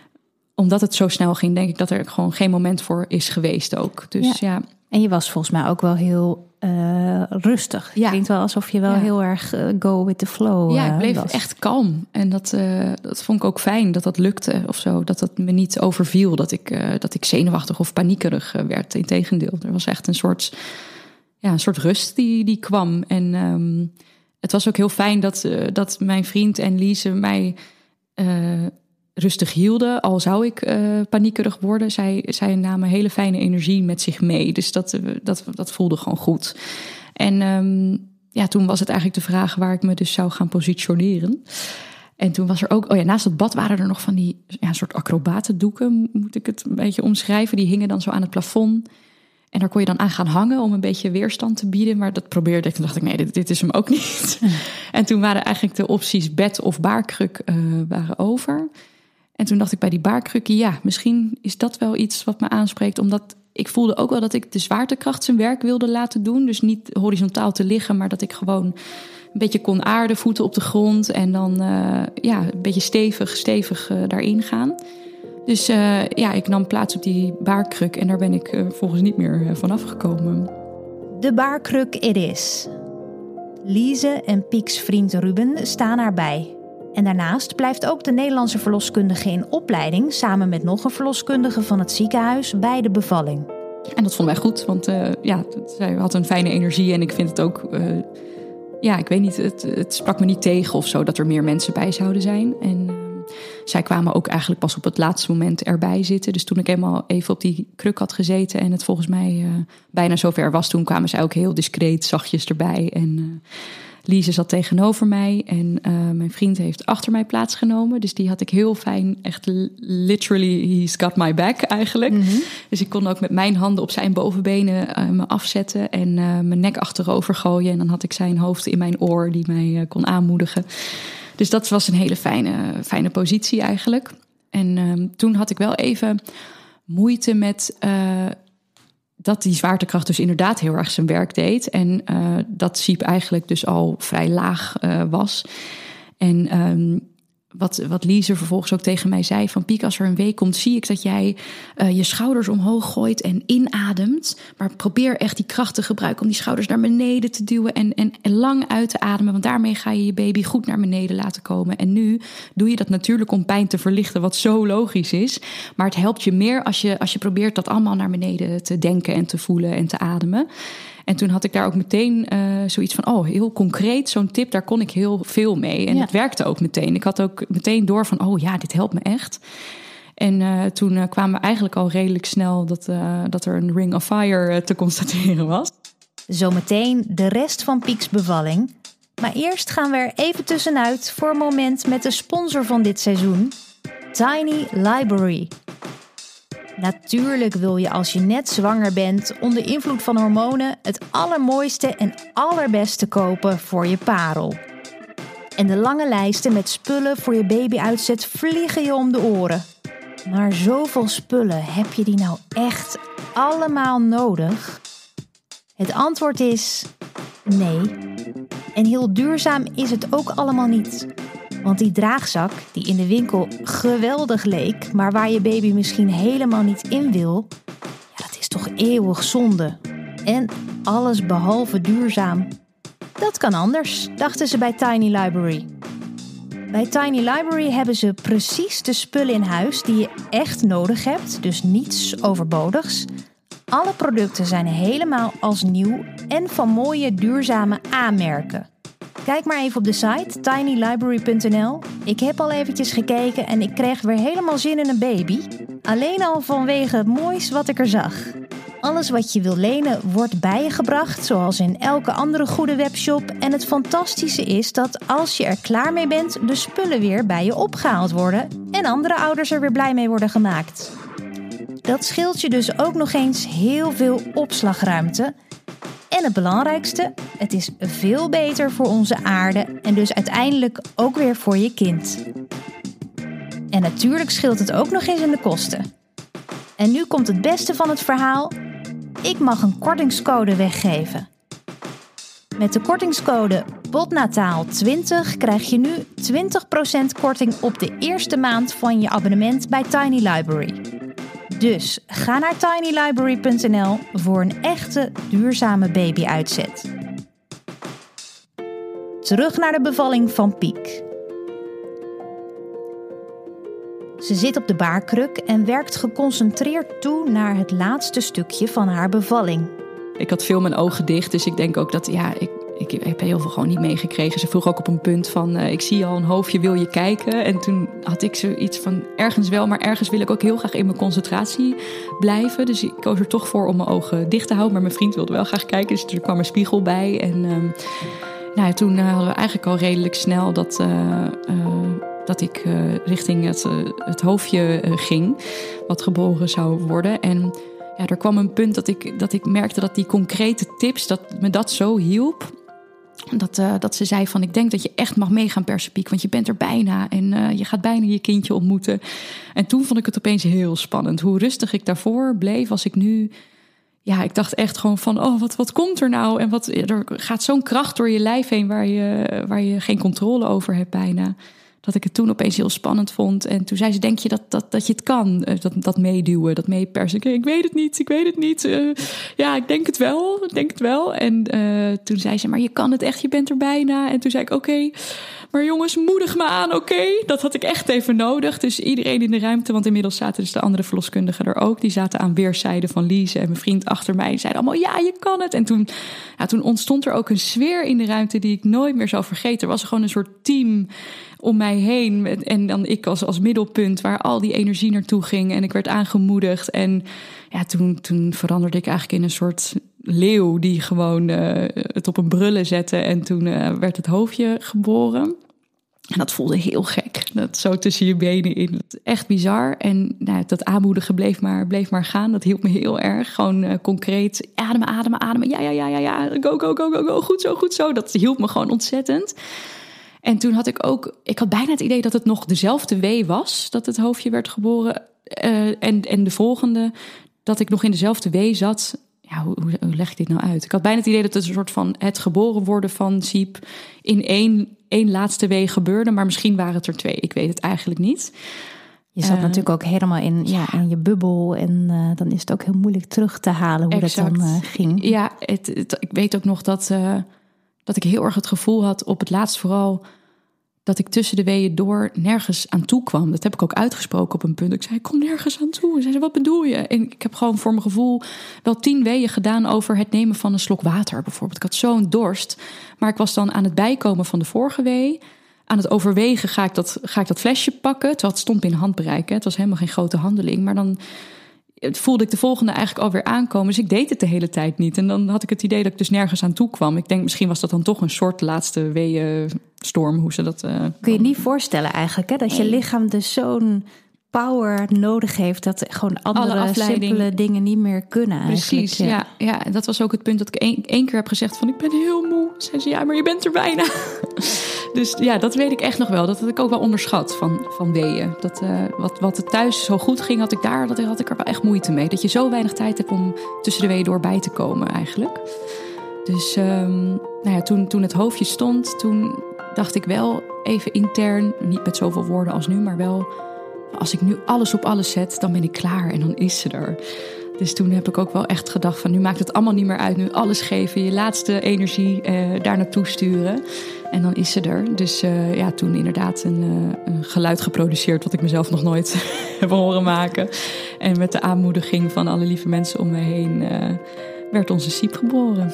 Omdat het zo snel ging, denk ik dat er gewoon geen moment voor is geweest ook. Dus ja. ja. En je was volgens mij ook wel heel uh, rustig. Ja. Het klinkt wel alsof je wel ja. heel erg uh, go with the flow Ja, ik bleef was. echt kalm. En dat, uh, dat vond ik ook fijn, dat dat lukte of zo. Dat dat me niet overviel, dat ik, uh, dat ik zenuwachtig of paniekerig uh, werd. Integendeel, er was echt een soort, ja, een soort rust die, die kwam. En um, het was ook heel fijn dat, uh, dat mijn vriend en Lise mij uh, rustig hielden. Al zou ik uh, paniekerig worden. Zij, zij namen hele fijne energie met zich mee. Dus dat, uh, dat, dat voelde gewoon goed. En um, ja, toen was het eigenlijk de vraag waar ik me dus zou gaan positioneren. En toen was er ook, oh ja, naast het bad waren er nog van die ja, soort acrobatendoeken, moet ik het een beetje omschrijven. Die hingen dan zo aan het plafond. En daar kon je dan aan gaan hangen om een beetje weerstand te bieden. Maar dat probeerde ik. Toen dacht ik, nee, dit, dit is hem ook niet. Mm. En toen waren eigenlijk de opties bed of baarkruk uh, waren over. En toen dacht ik bij die baarkrukken, ja, misschien is dat wel iets wat me aanspreekt. Omdat ik voelde ook wel dat ik de zwaartekracht zijn werk wilde laten doen. Dus niet horizontaal te liggen, maar dat ik gewoon een beetje kon aarden, voeten op de grond. En dan uh, ja, een beetje stevig, stevig uh, daarin gaan. Dus uh, ja, ik nam plaats op die baarkruk en daar ben ik uh, volgens niet meer uh, vanaf gekomen. De baarkruk it is. Lise en Piek's vriend Ruben staan erbij. En daarnaast blijft ook de Nederlandse verloskundige in opleiding samen met nog een verloskundige van het ziekenhuis bij de bevalling. En dat vond mij goed, want uh, ja, zij had een fijne energie en ik vind het ook, uh, ja, ik weet niet, het, het sprak me niet tegen of zo dat er meer mensen bij zouden zijn. En uh, zij kwamen ook eigenlijk pas op het laatste moment erbij zitten. Dus toen ik eenmaal even op die kruk had gezeten en het volgens mij uh, bijna zover was, toen kwamen zij ook heel discreet zachtjes erbij. En uh, Lise zat tegenover mij en uh, mijn vriend heeft achter mij plaatsgenomen. Dus die had ik heel fijn, echt literally, he's got my back eigenlijk. Mm-hmm. Dus ik kon ook met mijn handen op zijn bovenbenen uh, me afzetten en uh, mijn nek achterover gooien. En dan had ik zijn hoofd in mijn oor die mij uh, kon aanmoedigen. Dus dat was een hele fijne, fijne positie eigenlijk. En uh, toen had ik wel even moeite met Uh, dat die zwaartekracht dus inderdaad heel erg zijn werk deed. En uh, dat Siep eigenlijk dus al vrij laag uh, was. En um, wat, wat Lise vervolgens ook tegen mij zei, van Piek, als er een week komt, zie ik dat jij uh, je schouders omhoog gooit en inademt. Maar probeer echt die kracht te gebruiken om die schouders naar beneden te duwen en, en, en lang uit te ademen. Want daarmee ga je je baby goed naar beneden laten komen. En nu doe je dat natuurlijk om pijn te verlichten, wat zo logisch is. Maar het helpt je meer als je, als je probeert dat allemaal naar beneden te denken en te voelen en te ademen. En toen had ik daar ook meteen uh, zoiets van, oh, heel concreet, zo'n tip, daar kon ik heel veel mee. En ja. Het werkte ook meteen. Ik had ook meteen door van, oh ja, dit helpt me echt. En uh, toen uh, kwamen we eigenlijk al redelijk snel dat, uh, dat er een ring of fire uh, te constateren was. Zometeen de rest van Piek's bevalling. Maar eerst gaan we er even tussenuit voor een moment met de sponsor van dit seizoen, Tiny Library. Natuurlijk wil je als je net zwanger bent onder invloed van hormonen het allermooiste en allerbeste kopen voor je parel. En de lange lijsten met spullen voor je babyuitzet vliegen je om de oren. Maar zoveel spullen, heb je die nou echt allemaal nodig? Het antwoord is nee. En heel duurzaam is het ook allemaal niet. Want die draagzak, die in de winkel geweldig leek, maar waar je baby misschien helemaal niet in wil, ja, dat is toch eeuwig zonde. En alles behalve duurzaam. Dat kan anders, dachten ze bij Tiny Library. Bij Tiny Library hebben ze precies de spullen in huis die je echt nodig hebt, dus niets overbodigs. Alle producten zijn helemaal als nieuw en van mooie duurzame A-merken. Kijk maar even op de site tiny library punt n l. Ik heb al eventjes gekeken en ik kreeg weer helemaal zin in een baby. Alleen al vanwege het moois wat ik er zag. Alles wat je wil lenen wordt bij je gebracht, zoals in elke andere goede webshop. En het fantastische is dat als je er klaar mee bent, de spullen weer bij je opgehaald worden en andere ouders er weer blij mee worden gemaakt. Dat scheelt je dus ook nog eens heel veel opslagruimte. En het belangrijkste, het is veel beter voor onze aarde en dus uiteindelijk ook weer voor je kind. En natuurlijk scheelt het ook nog eens in de kosten. En nu komt het beste van het verhaal. Ik mag een kortingscode weggeven. Met de kortingscode POTNATAAL twintig krijg je nu twintig procent korting op de eerste maand van je abonnement bij Tiny Library. Dus ga naar tiny library punt n l voor een echte duurzame babyuitzet. Terug naar de bevalling van Piek. Ze zit op de baarkruk en werkt geconcentreerd toe naar het laatste stukje van haar bevalling. Ik had veel mijn ogen dicht, dus ik denk ook dat, ja, ik, ik heb heel veel gewoon niet meegekregen. Ze vroeg ook op een punt van, uh, ik zie al een hoofdje, wil je kijken? En toen had ik zoiets van, ergens wel, maar ergens wil ik ook heel graag in mijn concentratie blijven. Dus ik koos er toch voor om mijn ogen dicht te houden. Maar mijn vriend wilde wel graag kijken, dus er kwam een spiegel bij. En um, nou ja, toen uh, hadden we eigenlijk al redelijk snel dat, uh, uh, dat ik uh, richting het, uh, het hoofdje uh, ging, wat geboren zou worden. En ja, er kwam een punt dat ik, dat ik merkte dat die concrete tips, dat me dat zo hielp. Dat, uh, dat ze zei van, ik denk dat je echt mag meegaan persen, Piek, want je bent er bijna en uh, je gaat bijna je kindje ontmoeten. En toen vond ik het opeens heel spannend. Hoe rustig ik daarvoor bleef als ik nu, ja, ik dacht echt gewoon van, oh, wat, wat komt er nou? En wat, er gaat zo'n kracht door je lijf heen waar je, waar je geen controle over hebt bijna. dat ik het toen opeens heel spannend vond. En toen zei ze, denk je dat, dat, dat je het kan? Dat, dat meeduwen, dat meepersen. Ik, ik weet het niet, ik weet het niet. Uh, ja, ik denk het wel, ik denk het wel. En uh, toen zei ze, maar je kan het echt, je bent er bijna. En toen zei ik, oké, okay, maar jongens, moedig me aan, oké? Okay? Dat had ik echt even nodig. Dus iedereen in de ruimte, want inmiddels zaten dus de andere verloskundigen er ook. Die zaten aan weerszijden van Lise en mijn vriend achter mij. Die zeiden allemaal, ja, je kan het. En toen, ja, toen ontstond er ook een sfeer in de ruimte die ik nooit meer zal vergeten. Er was gewoon een soort team om mij heen. En dan ik als, als middelpunt waar al die energie naartoe ging. En ik werd aangemoedigd. En ja, toen, toen veranderde ik eigenlijk in een soort leeuw die gewoon uh, het op een brullen zette. En toen uh, werd het hoofdje geboren. En dat voelde heel gek. Dat zo tussen je benen in. Echt bizar. En nou, dat aanmoedigen bleef maar, bleef maar gaan. Dat hielp me heel erg. Gewoon uh, concreet ademen, ademen, ademen. Ja, ja, ja, ja, ja. Go, go, go, go, go. Goed zo, goed zo. Dat hielp me gewoon ontzettend. En toen had ik ook... Ik had bijna het idee dat het nog dezelfde wee was. Dat het hoofdje werd geboren. Uh, en, en de volgende, dat ik nog in dezelfde wee zat. Ja, hoe, hoe, hoe leg ik dit nou uit? Ik had bijna het idee dat het een soort van het geboren worden van Siep in één, één laatste wee gebeurde. Maar misschien waren het er twee. Ik weet het eigenlijk niet. Je zat uh, natuurlijk ook helemaal in, ja, in je bubbel. En uh, dan is het ook heel moeilijk terug te halen hoe exact. dat dan uh, ging. Ja, het, het, ik weet ook nog dat, uh, dat ik heel erg het gevoel had op het laatst vooral dat ik tussen de weeën door nergens aan toe kwam. Dat heb ik ook uitgesproken op een punt. Ik zei, ik kom nergens aan toe. En zei ze, wat bedoel je? En ik heb gewoon voor mijn gevoel wel tien weeën gedaan over het nemen van een slok water bijvoorbeeld. Ik had zo'n dorst. Maar ik was dan aan het bijkomen van de vorige wee. Aan het overwegen, ga ik dat, ga ik dat flesje pakken? Terwijl het stond binnen handbereik. Hè? Het was helemaal geen grote handeling. Maar dan voelde ik de volgende eigenlijk alweer aankomen. Dus ik deed het de hele tijd niet. En dan had ik het idee dat ik dus nergens aan toe kwam. Ik denk, misschien was dat dan toch een soort laatste weeënstorm. Hoe ze dat... Uh, Kun je je niet voorstellen eigenlijk, hè? Dat je lichaam dus zo'n power nodig heeft dat gewoon andere simpele dingen niet meer kunnen. Precies, ja. Ja, ja. Dat was ook het punt dat ik één, één keer heb gezegd van ik ben heel moe. Zei ze, ja, maar je bent er bijna. Dus ja, dat weet ik echt nog wel. Dat had ik ook wel onderschat van, van weeën. Dat, uh, wat, wat het thuis zo goed ging, had ik daar dat had ik er wel echt moeite mee. Dat je zo weinig tijd hebt om tussen de weeën door bij te komen eigenlijk. Dus um, nou ja, toen, toen het hoofdje stond, toen dacht ik wel even intern, niet met zoveel woorden als nu, maar wel, als ik nu alles op alles zet, dan ben ik klaar en dan is ze er. Dus toen heb ik ook wel echt gedacht van, nu maakt het allemaal niet meer uit. Nu alles geven, je laatste energie uh, daar naartoe sturen. En dan is ze er. Dus uh, ja, toen inderdaad een, uh, een geluid geproduceerd wat ik mezelf nog nooit heb horen maken. En met de aanmoediging van alle lieve mensen om me heen uh, werd onze Siep geboren.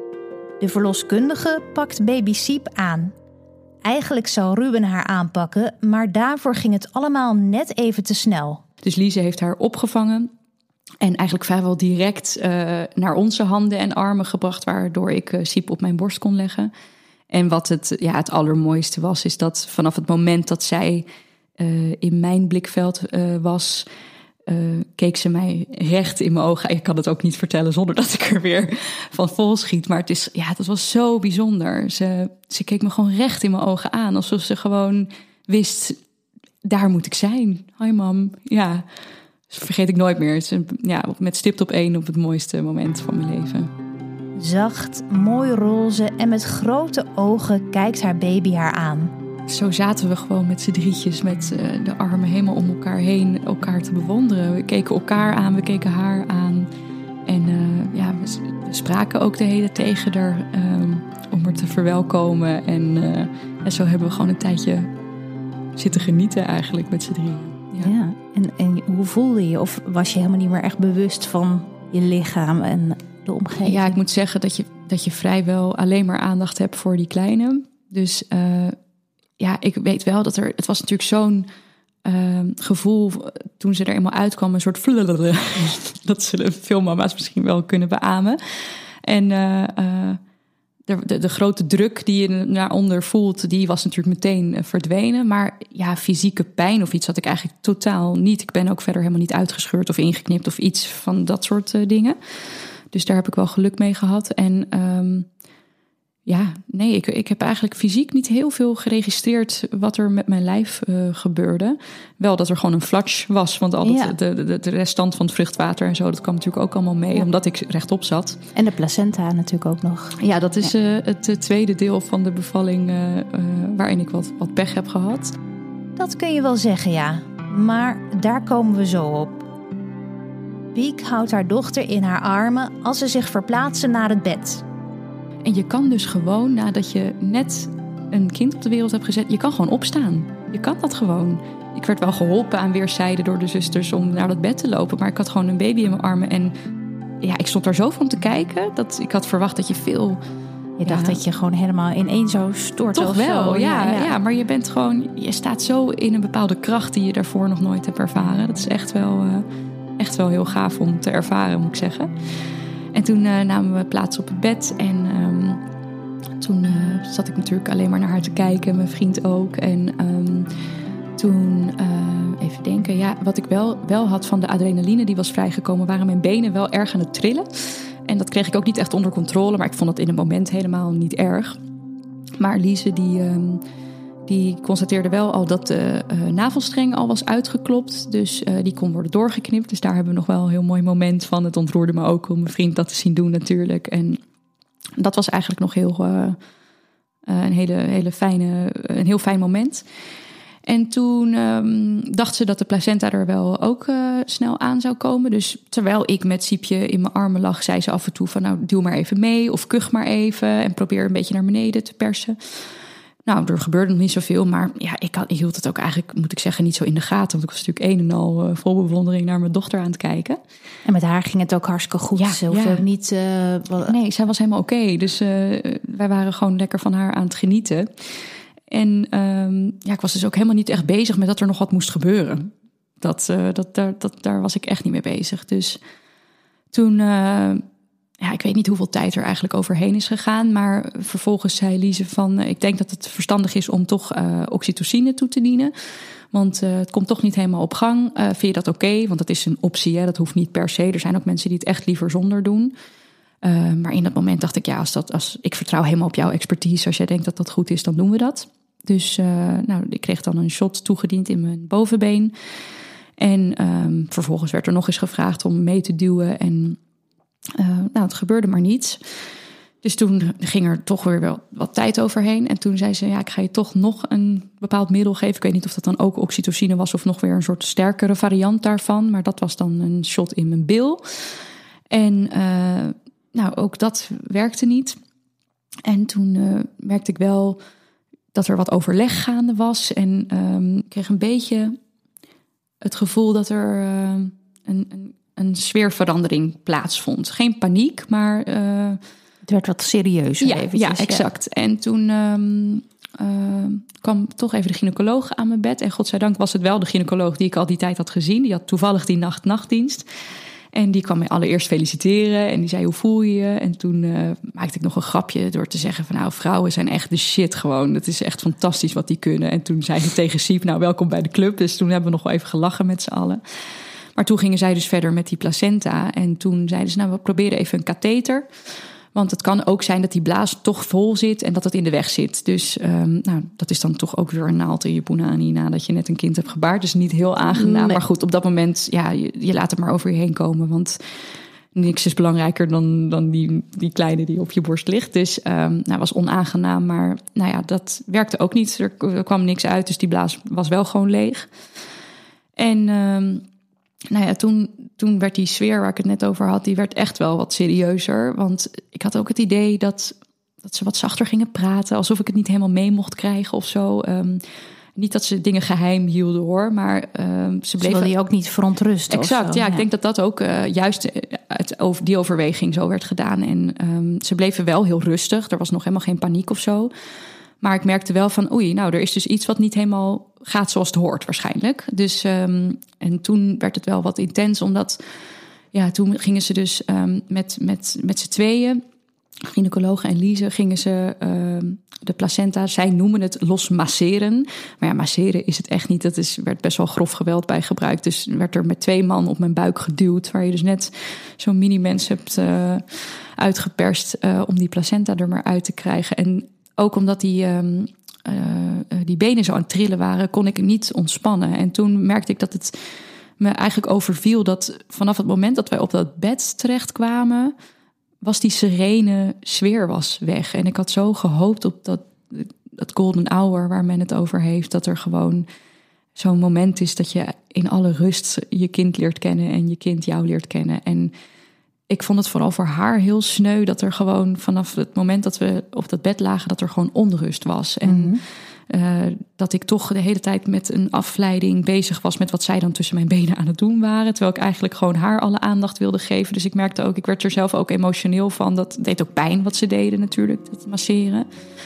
De verloskundige pakt baby Siep aan. Eigenlijk zou Ruben haar aanpakken, maar daarvoor ging het allemaal net even te snel. Dus Lise heeft haar opgevangen en eigenlijk vrijwel direct uh, naar onze handen en armen gebracht, waardoor ik uh, Siep op mijn borst kon leggen. En wat het, ja, het allermooiste was, is dat vanaf het moment dat zij uh, in mijn blikveld uh, was, uh, keek ze mij recht in mijn ogen. Ik kan het ook niet vertellen zonder dat ik er weer van vol schiet. Maar het is, ja, dat was zo bijzonder. Ze, ze keek me gewoon recht in mijn ogen aan, alsof ze gewoon wist, daar moet ik zijn. Hi mam, ja. Dat vergeet ik nooit meer. Het is, ja, met stipt op één op het mooiste moment van mijn leven. Zacht, mooi roze en met grote ogen kijkt haar baby haar aan. Zo zaten we gewoon met z'n drietjes met uh, de armen helemaal om elkaar heen, elkaar te bewonderen. We keken elkaar aan, we keken haar aan. En uh, ja, we, we spraken ook de hele tegen haar um, om haar te verwelkomen. En, uh, en zo hebben we gewoon een tijdje zitten genieten eigenlijk met z'n drieën. Ja, ja. En, en hoe voelde je? Of was je helemaal niet meer echt bewust van je lichaam en de omgeving? Ja, ik moet zeggen dat je, dat je vrijwel alleen maar aandacht hebt voor die kleine. Dus uh, ja, ik weet wel dat er... Het was natuurlijk zo'n uh, gevoel toen ze er eenmaal uitkwam. Een soort flullen. Dat zullen veel mama's misschien wel kunnen beamen. En uh, uh, de, de, de grote druk die je naar onder voelt, die was natuurlijk meteen uh, verdwenen. Maar ja, fysieke pijn of iets had ik eigenlijk totaal niet. Ik ben ook verder helemaal niet uitgescheurd of ingeknipt of iets van dat soort uh, dingen. Dus daar heb ik wel geluk mee gehad. En um, ja, nee, ik, ik heb eigenlijk fysiek niet heel veel geregistreerd wat er met mijn lijf uh, gebeurde. Wel dat er gewoon een flatsch was, want al dat, ja. de, de, de restant van het vruchtwater en zo, dat kwam natuurlijk ook allemaal mee, ja. Omdat ik rechtop zat. En de placenta natuurlijk ook nog. Ja, dat is ja. uh, het uh, tweede deel van de bevalling uh, uh, waarin ik wat, wat pech heb gehad. Dat kun je wel zeggen, ja. Maar daar komen we zo op. Biek houdt haar dochter in haar armen als ze zich verplaatsen naar het bed. En je kan dus gewoon, nadat je net een kind op de wereld hebt gezet, je kan gewoon opstaan. Je kan dat gewoon. Ik werd wel geholpen aan weerszijden door de zusters om naar dat bed te lopen. Maar ik had gewoon een baby in mijn armen. En ja, ik stond daar zo van te kijken. Dat ik had verwacht dat je veel... Je dacht ja, dat je gewoon helemaal ineen zou storten. Toch of wel, zo. Ja, Ja, ja. ja. Maar je bent gewoon... Je staat zo in een bepaalde kracht die je daarvoor nog nooit hebt ervaren. Dat is echt wel, uh, echt wel heel gaaf om te ervaren, moet ik zeggen. En toen uh, namen we plaats op het bed. En um, toen uh, zat ik natuurlijk alleen maar naar haar te kijken. Mijn vriend ook. En... Um, Toen, uh, even denken, ja, wat ik wel, wel had van de adrenaline die was vrijgekomen, waren mijn benen wel erg aan het trillen. En dat kreeg ik ook niet echt onder controle, maar ik vond het in het moment helemaal niet erg. Maar Lise, die, um, die constateerde wel al dat de uh, navelstreng al was uitgeklopt. Dus uh, die kon worden doorgeknipt. Dus daar hebben we nog wel een heel mooi moment van. Het ontroerde me ook om mijn vriend dat te zien doen natuurlijk. En dat was eigenlijk nog heel, uh, uh, een, hele, hele fijne, een heel fijn moment. En toen um, dacht ze dat de placenta er wel ook uh, snel aan zou komen. Dus terwijl ik met Siepje in mijn armen lag, zei ze af en toe van... nou, duw maar even mee of kuch maar even en probeer een beetje naar beneden te persen. Nou, er gebeurde nog niet zoveel, maar ja, ik, had, ik hield het ook eigenlijk, moet ik zeggen, niet zo in de gaten. Want ik was natuurlijk een en al uh, vol bewondering naar mijn dochter aan het kijken. En met haar ging het ook hartstikke goed. Ja, ze hoefde ja. niet... Uh, wel... Nee, zij was helemaal oké. Okay. Dus uh, wij waren gewoon lekker van haar aan het genieten. En um, ja, ik was dus ook helemaal niet echt bezig met dat er nog wat moest gebeuren. Dat, uh, dat, daar, dat, daar was ik echt niet mee bezig. Dus toen, uh, ja, ik weet niet hoeveel tijd er eigenlijk overheen is gegaan. Maar vervolgens zei Lise van, uh, ik denk dat het verstandig is om toch uh, oxytocine toe te dienen. Want uh, het komt toch niet helemaal op gang. Uh, vind je dat oké? Okay? Want dat is een optie, hè? Dat hoeft niet per se. Er zijn ook mensen die het echt liever zonder doen. Uh, maar in dat moment dacht ik, ja, als dat, als, ik vertrouw helemaal op jouw expertise. Als jij denkt dat dat goed is, dan doen we dat. Dus uh, nou, ik kreeg dan een shot toegediend in mijn bovenbeen. En um, vervolgens werd er nog eens gevraagd om mee te duwen. En uh, nou, het gebeurde maar niets. Dus toen ging er toch weer wel wat tijd overheen. En toen zei ze, ja, ik ga je toch nog een bepaald middel geven. Ik weet niet of dat dan ook oxytocine was of nog weer een soort sterkere variant daarvan. Maar dat was dan een shot in mijn bil. En uh, nou, ook dat werkte niet. En toen uh, merkte ik wel dat er wat overleg gaande was. En um, ik kreeg een beetje het gevoel dat er uh, een, een, een sfeerverandering plaatsvond. Geen paniek, maar... Uh, het werd wat serieuzer. Ja, eventjes, ja, exact. Ja. En toen um, uh, kwam toch even de gynaecoloog aan mijn bed. En godzijdank was het wel de gynaecoloog die ik al die tijd had gezien. Die had toevallig die nacht nachtdienst. En die kwam mij allereerst feliciteren. En die zei, hoe voel je je? En toen uh, maakte ik nog een grapje door te zeggen van... nou, vrouwen zijn echt de shit gewoon. Het is echt fantastisch wat die kunnen. En toen zei ik tegen Siep, nou, welkom bij de club. Dus toen hebben we nog wel even gelachen met z'n allen. Maar toen gingen zij dus verder met die placenta. En toen zeiden ze, nou, we proberen even een katheter. Want het kan ook zijn dat die blaas toch vol zit en dat het in de weg zit. Dus um, nou, dat is dan toch ook weer een naald in je punani nadat je net een kind hebt gebaard. Dus niet heel aangenaam. Nee. Maar goed, op dat moment, ja, je, je laat het maar over je heen komen. Want niks is belangrijker dan, dan die, die kleine die op je borst ligt. Dus um, nou, was onaangenaam. Maar nou ja, dat werkte ook niet. Er, er kwam niks uit, dus die blaas was wel gewoon leeg. En... Um, Nou ja, toen, toen werd die sfeer waar ik het net over had, die werd echt wel wat serieuzer. Want ik had ook het idee dat, dat ze wat zachter gingen praten, alsof ik het niet helemaal mee mocht krijgen of zo. Um, niet dat ze dingen geheim hielden hoor, maar um, ze bleven... Ze wilden je ook niet verontrusten. Exact, ja, ja. Ik denk dat dat ook uh, juist uit over die overweging zo werd gedaan. En um, ze bleven wel heel rustig, er was nog helemaal geen paniek of zo. Maar ik merkte wel van, oei, nou, er is dus iets wat niet helemaal gaat zoals het hoort waarschijnlijk. Dus, um, en toen werd het wel wat intens, omdat, ja, toen gingen ze dus um, met, met, met z'n tweeën, gynaecoloog en Lise, gingen ze um, de placenta, zij noemen het los masseren. Maar ja, masseren is het echt niet. Dat is, werd best wel grof geweld bij gebruikt. Dus werd er met twee man op mijn buik geduwd, waar je dus net zo'n mini-mens hebt uh, uitgeperst uh, om die placenta er maar uit te krijgen. En ook omdat die, um, uh, die benen zo aan het trillen waren, kon ik niet ontspannen. En toen merkte ik dat het me eigenlijk overviel dat vanaf het moment dat wij op dat bed terechtkwamen, was die serene sfeer was weg. En ik had zo gehoopt op dat, dat golden hour waar men het over heeft, dat er gewoon zo'n moment is dat je in alle rust je kind leert kennen en je kind jou leert kennen. En ik vond het vooral voor haar heel sneu dat er gewoon vanaf het moment dat we op dat bed lagen, dat er gewoon onrust was. En mm-hmm. uh, dat ik toch de hele tijd met een afleiding bezig was met wat zij dan tussen mijn benen aan het doen waren. Terwijl ik eigenlijk gewoon haar alle aandacht wilde geven. Dus ik merkte ook, ik werd er zelf ook emotioneel van. Dat deed ook pijn wat ze deden natuurlijk, dat masseren.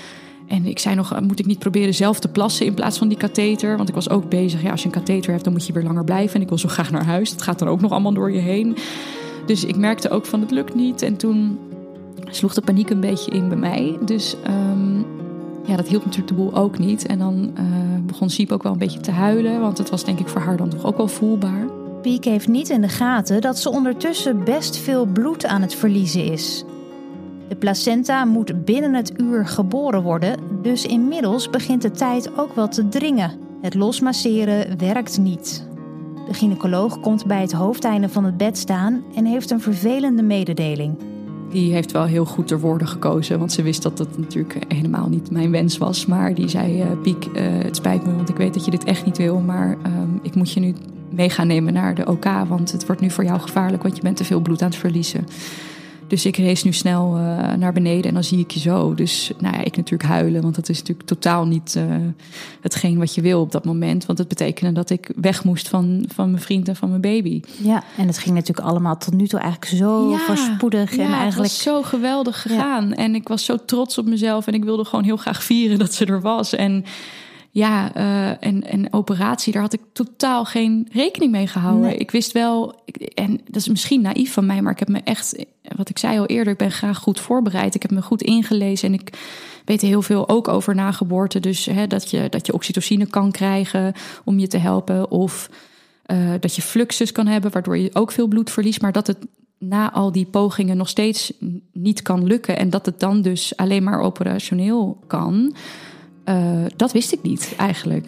En ik zei nog, moet ik niet proberen zelf te plassen in plaats van die katheter? Want ik was ook bezig, ja, als je een katheter hebt, dan moet je weer langer blijven. En ik wil zo graag naar huis. Dat gaat dan ook nog allemaal door je heen. Dus ik merkte ook van, het lukt niet. En toen sloeg de paniek een beetje in bij mij. Dus um, ja, dat hielp natuurlijk de boel ook niet. En dan uh, begon Siep ook wel een beetje te huilen. Want het was denk ik voor haar dan toch ook wel voelbaar. Piek heeft niet in de gaten dat ze ondertussen best veel bloed aan het verliezen is. De placenta moet binnen het uur geboren worden. Dus inmiddels begint de tijd ook wel te dringen. Het losmasseren werkt niet. De gynaecoloog komt bij het hoofdeinde van het bed staan en heeft een vervelende mededeling. Die heeft wel heel goed ter woorden gekozen, want ze wist dat dat natuurlijk helemaal niet mijn wens was. Maar die zei, uh, Piek, uh, het spijt me, want ik weet dat je dit echt niet wil. Maar um, ik moet je nu mee gaan nemen naar de O K, want het wordt nu voor jou gevaarlijk, want je bent te veel bloed aan het verliezen. Dus ik race nu snel uh, naar beneden en dan zie ik je zo. Dus nou ja, ik natuurlijk huilen, want dat is natuurlijk totaal niet uh, hetgeen wat je wil op dat moment. Want het betekende dat ik weg moest van, van mijn vriend en van mijn baby. Ja, en het ging natuurlijk allemaal tot nu toe eigenlijk zo ja, voorspoedig. Ja, en eigenlijk... het was zo geweldig gegaan. Ja. En ik was zo trots op mezelf en ik wilde gewoon heel graag vieren dat ze er was. En ja, uh, en, en operatie, daar had ik totaal geen rekening mee gehouden. Nee. Ik wist wel, en dat is misschien naïef van mij, maar ik heb me echt, wat ik zei al eerder, ik ben graag goed voorbereid. Ik heb me goed ingelezen en ik weet heel veel ook over nageboorte. Dus hè, dat je, dat je oxytocine kan krijgen om je te helpen. Of uh, dat je fluxus kan hebben, waardoor je ook veel bloed verliest. Maar dat het na al die pogingen nog steeds niet kan lukken. En dat het dan dus alleen maar operationeel kan. Uh, dat wist ik niet eigenlijk.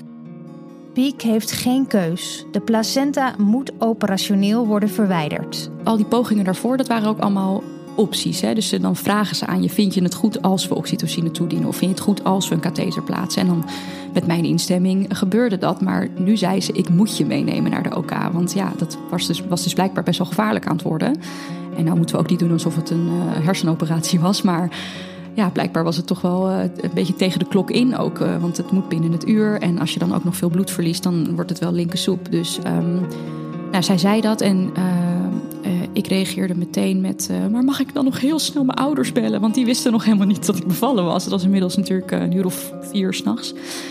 Piek heeft geen keus. De placenta moet operationeel worden verwijderd. Al die pogingen daarvoor, dat waren ook allemaal opties. Hè? Dus dan vragen ze aan je, vind je het goed als we oxytocine toedienen? Of vind je het goed als we een katheter plaatsen? En dan met mijn instemming gebeurde dat. Maar nu zei ze, ik moet je meenemen naar de O K. Want ja, dat was dus, was dus blijkbaar best wel gevaarlijk aan het worden. En nou moeten we ook niet doen alsof het een uh, hersenoperatie was, maar ja, blijkbaar was het toch wel uh, een beetje tegen de klok in ook. Uh, want het moet binnen het uur. En als je dan ook nog veel bloed verliest, dan wordt het wel linkersoep. Dus um, nou, zij zei dat en uh, uh, ik reageerde meteen met Uh, maar mag ik dan nog heel snel mijn ouders bellen? Want die wisten nog helemaal niet dat ik bevallen was. Dat was inmiddels natuurlijk uh, een uur of vier 's nachts.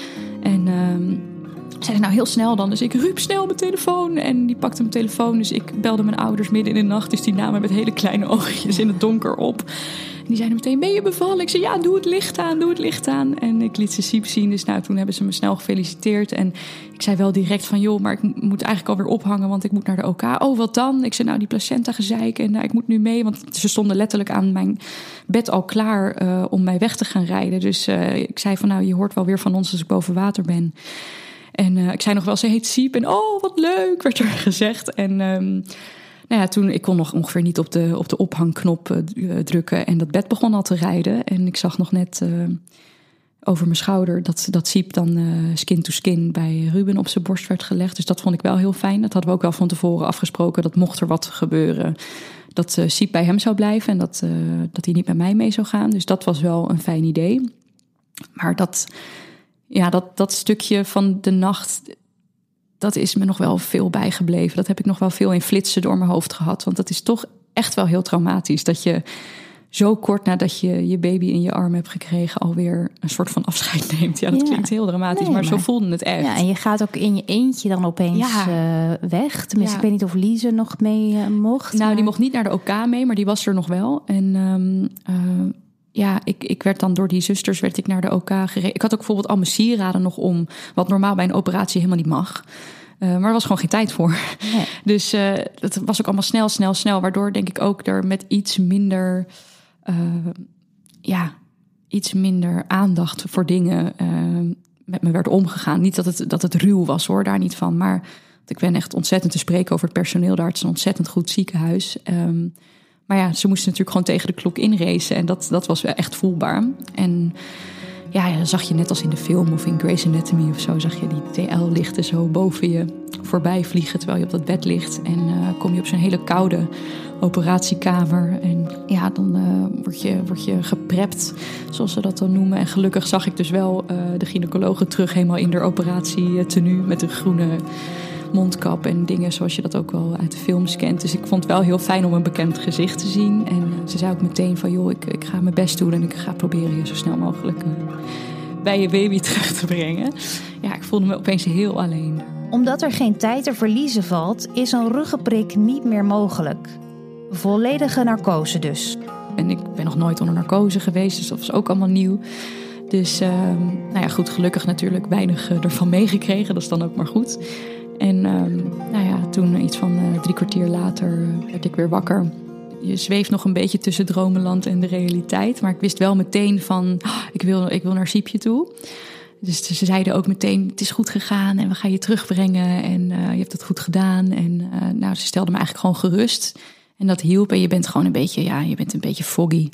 En Um, zei nou heel snel dan. Dus ik riep snel mijn telefoon. En die pakte mijn telefoon. Dus ik belde mijn ouders midden in de nacht. Dus die namen met hele kleine oogjes in het donker op. En die zeiden meteen, ben je bevallen? Ik zei, ja, doe het licht aan, doe het licht aan. En ik liet ze Siep zien. Dus nou, toen hebben ze me snel gefeliciteerd. En ik zei wel direct van, joh, maar ik moet eigenlijk alweer ophangen. Want ik moet naar de O K. Oh, wat dan? Ik zei, nou, die placenta gezeik. En nou, ik moet nu mee. Want ze stonden letterlijk aan mijn bed al klaar uh, om mij weg te gaan rijden. Dus uh, ik zei van, nou, je hoort wel weer van ons als ik boven water ben. En uh, ik zei nog wel, ze heet Siep. En oh, wat leuk, werd er gezegd. En um, nou ja, toen, ik kon nog ongeveer niet op de, op de ophangknop uh, drukken. En dat bed begon al te rijden. En ik zag nog net uh, over mijn schouder dat, dat Siep dan uh, skin to skin bij Ruben op zijn borst werd gelegd. Dus dat vond ik wel heel fijn. Dat hadden we ook wel van tevoren afgesproken. Dat mocht er wat gebeuren, dat uh, Siep bij hem zou blijven. En dat, uh, dat hij niet met mij mee zou gaan. Dus dat was wel een fijn idee. Maar dat Ja, dat, dat stukje van de nacht, dat is me nog wel veel bijgebleven. Dat heb ik nog wel veel in flitsen door mijn hoofd gehad. Want dat is toch echt wel heel traumatisch. Dat je zo kort nadat je je baby in je arm hebt gekregen alweer een soort van afscheid neemt. Ja, dat ja. klinkt heel dramatisch, nee, maar, maar zo voelde het echt. Ja, en je gaat ook in je eentje dan opeens ja. uh, weg. Tenminste, ja. ik weet niet of Lize nog mee uh, mocht. Nou, maar... die mocht niet naar de O K mee, maar die was er nog wel. En Um, uh, Ja, ik, ik werd dan door die zusters werd ik naar de O K gereden. Ik had ook bijvoorbeeld al mijn sieraden nog om, wat normaal bij een operatie helemaal niet mag. Uh, maar er was gewoon geen tijd voor. Nee. Dus uh, het was ook allemaal snel, snel, snel. Waardoor denk ik ook er met iets minder, uh, ja, iets minder aandacht voor dingen uh, met me werd omgegaan. Niet dat het, dat het ruw was hoor, daar niet van. Maar ik ben echt ontzettend te spreken over het personeel daar. Het is een ontzettend goed ziekenhuis. Um, Maar ja, ze moesten natuurlijk gewoon tegen de klok inracen. En dat, dat was wel echt voelbaar. En ja, dan zag je net als in de film of in Grey's Anatomy of zo, zag je die T L-lichten zo boven je voorbij vliegen terwijl je op dat bed ligt. En uh, kom je op zo'n hele koude operatiekamer. En ja, dan uh, word je, word je geprept, zoals ze dat dan noemen. En gelukkig zag ik dus wel uh, de gynaecologe terug helemaal in de operatietenue met een groene mondkap en dingen zoals je dat ook wel uit de films kent. Dus ik vond het wel heel fijn om een bekend gezicht te zien. En uh, ze zei ook meteen van, joh, ik, ik ga mijn best doen en ik ga proberen je zo snel mogelijk uh, bij je baby terug te brengen. Ja, ik voelde me opeens heel alleen. Omdat er geen tijd te verliezen valt, is een ruggenprik niet meer mogelijk. Volledige narcose dus. En ik ben nog nooit onder narcose geweest, dus dat was ook allemaal nieuw. Dus uh, nou ja, goed, gelukkig natuurlijk weinig uh, ervan meegekregen. Dat is dan ook maar goed. En uh, nou ja, toen iets van uh, drie kwartier later uh, werd ik weer wakker. Je zweeft nog een beetje tussen dromenland en de realiteit. Maar ik wist wel meteen van, oh, ik, wil, ik wil naar Siepje toe. Dus ze zeiden ook meteen, het is goed gegaan en we gaan je terugbrengen. En uh, je hebt het goed gedaan. En uh, nou, ze stelden me eigenlijk gewoon gerust. En dat hielp. En je bent gewoon een beetje, ja, je bent een beetje foggy.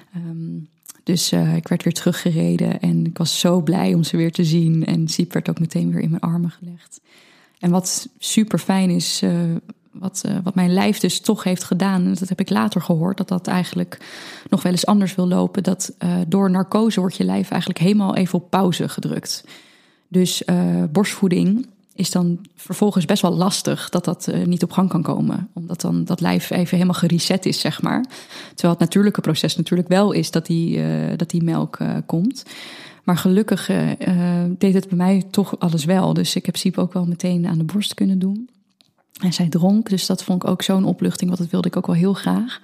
Um, dus uh, ik werd weer teruggereden. En ik was zo blij om ze weer te zien. En Siep werd ook meteen weer in mijn armen gelegd. En wat super fijn is, uh, wat, uh, wat mijn lijf dus toch heeft gedaan, en dat heb ik later gehoord, dat dat eigenlijk nog wel eens anders wil lopen. Dat uh, door narcose wordt je lijf eigenlijk helemaal even op pauze gedrukt. Dus uh, borstvoeding is dan vervolgens best wel lastig dat dat uh, niet op gang kan komen. Omdat dan dat lijf even helemaal gereset is, zeg maar. Terwijl het natuurlijke proces natuurlijk wel is dat die, uh, dat die melk uh, komt. Maar gelukkig uh, deed het bij mij toch alles wel. Dus ik heb Siep ook wel meteen aan de borst kunnen doen. En zij dronk, dus dat vond ik ook zo'n opluchting, want dat wilde ik ook wel heel graag.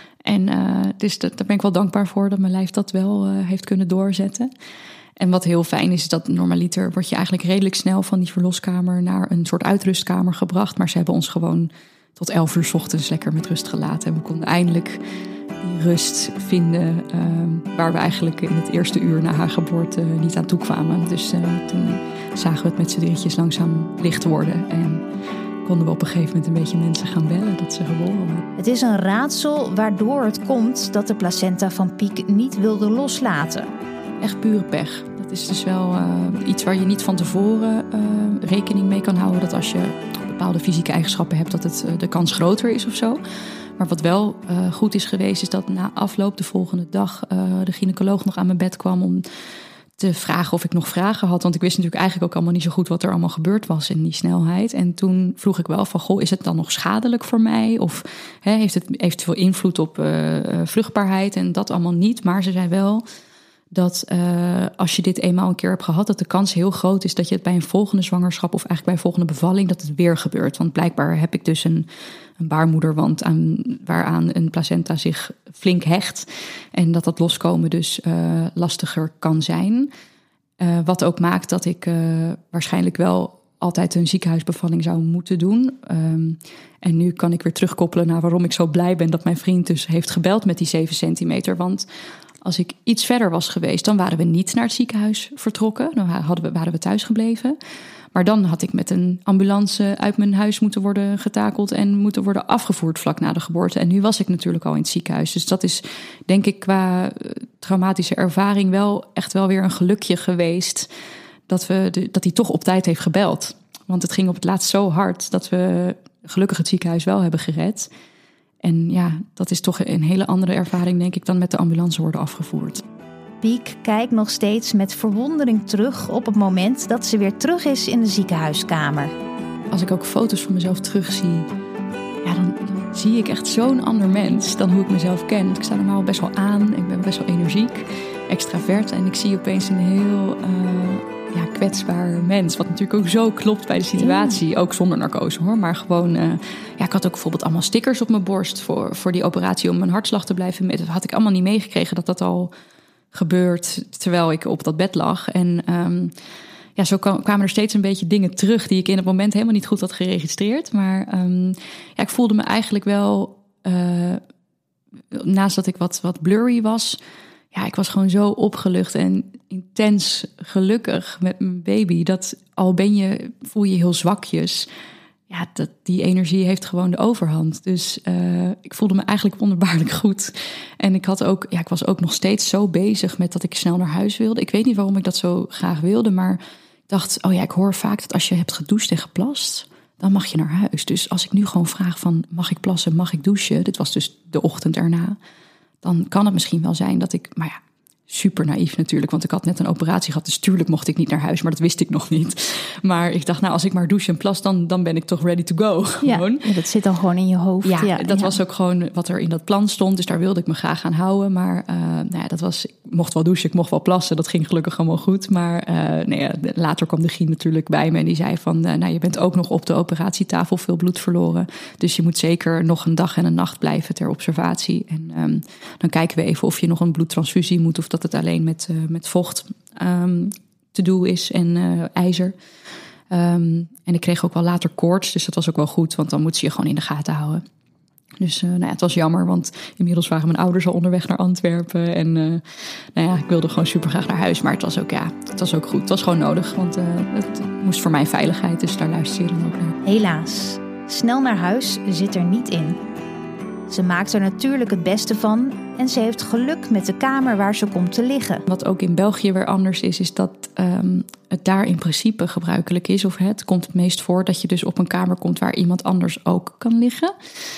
En uh, dus dat, daar ben ik wel dankbaar voor dat mijn lijf dat wel uh, heeft kunnen doorzetten. En wat heel fijn is, is dat normaliter word je eigenlijk redelijk snel van die verloskamer naar een soort uitrustkamer gebracht. Maar ze hebben ons gewoon tot elf uur 's ochtends lekker met rust gelaten. En we konden eindelijk die rust vinden uh, waar we eigenlijk in het eerste uur na haar geboorte uh, niet aan toe kwamen. Dus uh, toen zagen we het met z'n drietjes langzaam licht worden. En konden we op een gegeven moment een beetje mensen gaan bellen dat ze geboren waren. Het is een raadsel waardoor het komt dat de placenta van Piek niet wilde loslaten. Echt pure pech. Dat is dus wel uh, iets waar je niet van tevoren uh, rekening mee kan houden. Dat als je bepaalde fysieke eigenschappen hebt, dat het uh, de kans groter is of zo. Maar wat wel uh, goed is geweest, is dat na afloop de volgende dag uh, de gynaecoloog nog aan mijn bed kwam om te vragen of ik nog vragen had. Want ik wist natuurlijk eigenlijk ook allemaal niet zo goed wat er allemaal gebeurd was in die snelheid. En toen vroeg ik wel van, goh, is het dan nog schadelijk voor mij? Of hè, heeft het eventueel invloed op uh, vruchtbaarheid? En dat allemaal niet. Maar ze zei wel dat uh, als je dit eenmaal een keer hebt gehad, dat de kans heel groot is dat je het bij een volgende zwangerschap of eigenlijk bij een volgende bevalling, dat het weer gebeurt. Want blijkbaar heb ik dus een, een baarmoederwand aan, waaraan een placenta zich flink hecht. En dat dat loskomen dus uh, lastiger kan zijn. Uh, wat ook maakt dat ik uh, waarschijnlijk wel altijd een ziekenhuisbevalling zou moeten doen. Um, en nu kan ik weer terugkoppelen naar waarom ik zo blij ben dat mijn vriend dus heeft gebeld met die zeven centimeter. Want als ik iets verder was geweest, dan waren we niet naar het ziekenhuis vertrokken. Dan hadden we, waren we thuis gebleven. Maar dan had ik met een ambulance uit mijn huis moeten worden getakeld en moeten worden afgevoerd vlak na de geboorte. En nu was ik natuurlijk al in het ziekenhuis. Dus dat is, denk ik, qua traumatische ervaring wel echt wel weer een gelukje geweest dat we de, dat hij toch op tijd heeft gebeld. Want het ging op het laatst zo hard dat we gelukkig het ziekenhuis wel hebben gered. En ja, dat is toch een hele andere ervaring, denk ik, dan met de ambulance worden afgevoerd. Piek kijkt nog steeds met verwondering terug op het moment dat ze weer terug is in de ziekenhuiskamer. Als ik ook foto's van mezelf terugzie, ja, dan, dan zie ik echt zo'n ander mens dan hoe ik mezelf ken. Ik sta normaal best wel aan, ik ben best wel energiek, extravert. En ik zie opeens een heel uh, ja, kwetsbaar mens. Wat natuurlijk ook zo klopt bij de situatie. Ja. Ook zonder narcose hoor. Maar gewoon, uh, ja, ik had ook bijvoorbeeld allemaal stickers op mijn borst voor, voor die operatie om mijn hartslag te blijven meten. Dat had ik allemaal niet meegekregen dat dat al gebeurt terwijl ik op dat bed lag. En um, ja, zo kwamen er steeds een beetje dingen terug die ik in het moment helemaal niet goed had geregistreerd. Maar um, ja, ik voelde me eigenlijk wel, uh, naast dat ik wat, wat blurry was, ja, ik was gewoon zo opgelucht en intens gelukkig met mijn baby. Dat al ben je, voel je heel zwakjes, ja, dat, die energie heeft gewoon de overhand. Dus uh, ik voelde me eigenlijk wonderbaarlijk goed. En ik had ook, ja, ik was ook nog steeds zo bezig met dat ik snel naar huis wilde. Ik weet niet waarom ik dat zo graag wilde, maar ik dacht, oh ja, ik hoor vaak dat als je hebt gedoucht en geplast, dan mag je naar huis. Dus als ik nu gewoon vraag van, mag ik plassen, mag ik douchen? Dit was dus de ochtend erna. Dan kan het misschien wel zijn dat ik, maar ja, super naïef natuurlijk, want ik had net een operatie gehad, dus tuurlijk mocht ik niet naar huis, maar dat wist ik nog niet. Maar ik dacht, nou, als ik maar douche en plas, dan, dan ben ik toch ready to go. Gewoon. Ja, dat zit dan gewoon in je hoofd. Ja, ja dat ja. was ook gewoon wat er in dat plan stond, dus daar wilde ik me graag aan houden. Maar uh, nou ja, dat was, ik mocht wel douchen, ik mocht wel plassen, dat ging gelukkig allemaal goed. Maar uh, nee, ja, later kwam de Gien natuurlijk bij me en die zei van, uh, nou, je bent ook nog op de operatietafel veel bloed verloren, dus je moet zeker nog een dag en een nacht blijven ter observatie. En um, dan kijken we even of je nog een bloedtransfusie moet of dat het alleen met, uh, met vocht um, te doen is en uh, ijzer. Um, en ik kreeg ook wel later koorts, dus dat was ook wel goed, want dan moet ze je gewoon in de gaten houden. Dus uh, nou ja, het was jammer, want inmiddels waren mijn ouders al onderweg naar Antwerpen. En uh, nou ja, ik wilde gewoon super graag naar huis, maar het was ook, ja, het was ook goed. Het was gewoon nodig, want uh, het moest voor mijn veiligheid, dus daar luister je dan ook naar. Helaas, snel naar huis zit er niet in. Ze maakt er natuurlijk het beste van en ze heeft geluk met de kamer waar ze komt te liggen. Wat ook in België weer anders is, is dat um, het daar in principe gebruikelijk is. Of het komt het meest voor dat je dus op een kamer komt waar iemand anders ook kan liggen.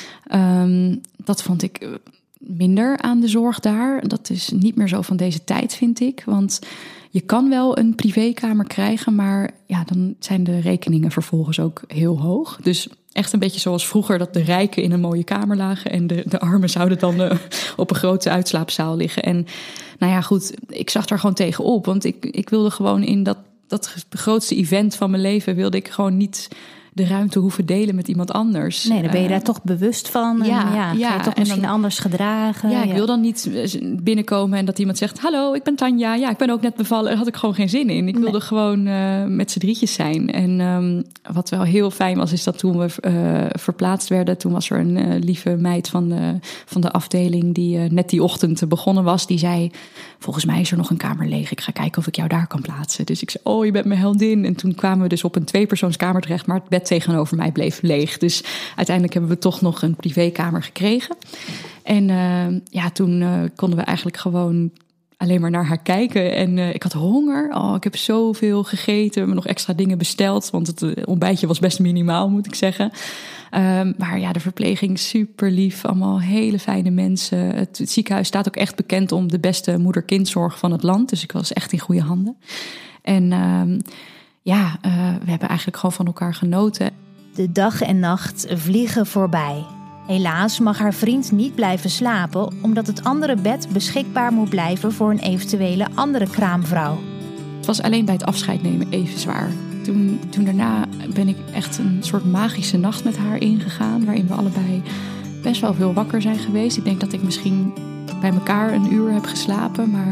Um, dat vond ik minder aan de zorg daar. Dat is niet meer zo van deze tijd, vind ik. Want je kan wel een privékamer krijgen, maar ja, dan zijn de rekeningen vervolgens ook heel hoog. Dus echt een beetje zoals vroeger, dat de rijken in een mooie kamer lagen en de, de armen zouden dan uh, op een grote uitslaapzaal liggen. En nou ja, goed, ik zag daar gewoon tegenop, want ik, ik wilde gewoon in dat, dat grootste event van mijn leven, wilde ik gewoon niet de ruimte hoeven delen met iemand anders. Nee, dan ben je uh, daar toch bewust van. En ja, ja, ja, ga je toch misschien dan, anders gedragen. Ja, ik ja. wil dan niet binnenkomen en dat iemand zegt, hallo, ik ben Tanja. Ja, ik ben ook net bevallen. Daar had ik gewoon geen zin in. Ik wilde nee. gewoon uh, met z'n drietjes zijn. En um, wat wel heel fijn was, is dat toen we uh, verplaatst werden, toen was er een uh, lieve meid van de, van de afdeling die uh, net die ochtend begonnen was. Die zei, volgens mij is er nog een kamer leeg. Ik ga kijken of ik jou daar kan plaatsen. Dus ik zei, oh, je bent mijn heldin. En toen kwamen we dus op een tweepersoonskamer terecht, maar het bed tegenover mij bleef leeg. Dus uiteindelijk hebben we toch nog een privékamer gekregen. En uh, ja, toen uh, konden we eigenlijk gewoon alleen maar naar haar kijken. En uh, ik had honger. Oh, ik heb zoveel gegeten. We hebben nog extra dingen besteld, want het uh, ontbijtje was best minimaal, moet ik zeggen. Um, maar ja, de verpleging super lief. Allemaal hele fijne mensen. Het, het ziekenhuis staat ook echt bekend om de beste moeder-kindzorg van het land. Dus ik was echt in goede handen. En um, ja, uh, we hebben eigenlijk gewoon van elkaar genoten. De dag en nacht vliegen voorbij. Helaas mag haar vriend niet blijven slapen, omdat het andere bed beschikbaar moet blijven voor een eventuele andere kraamvrouw. Het was alleen bij het afscheid nemen even zwaar. Toen, toen daarna ben ik echt een soort magische nacht met haar ingegaan, waarin we allebei best wel veel wakker zijn geweest. Ik denk dat ik misschien bij elkaar een uur heb geslapen, maar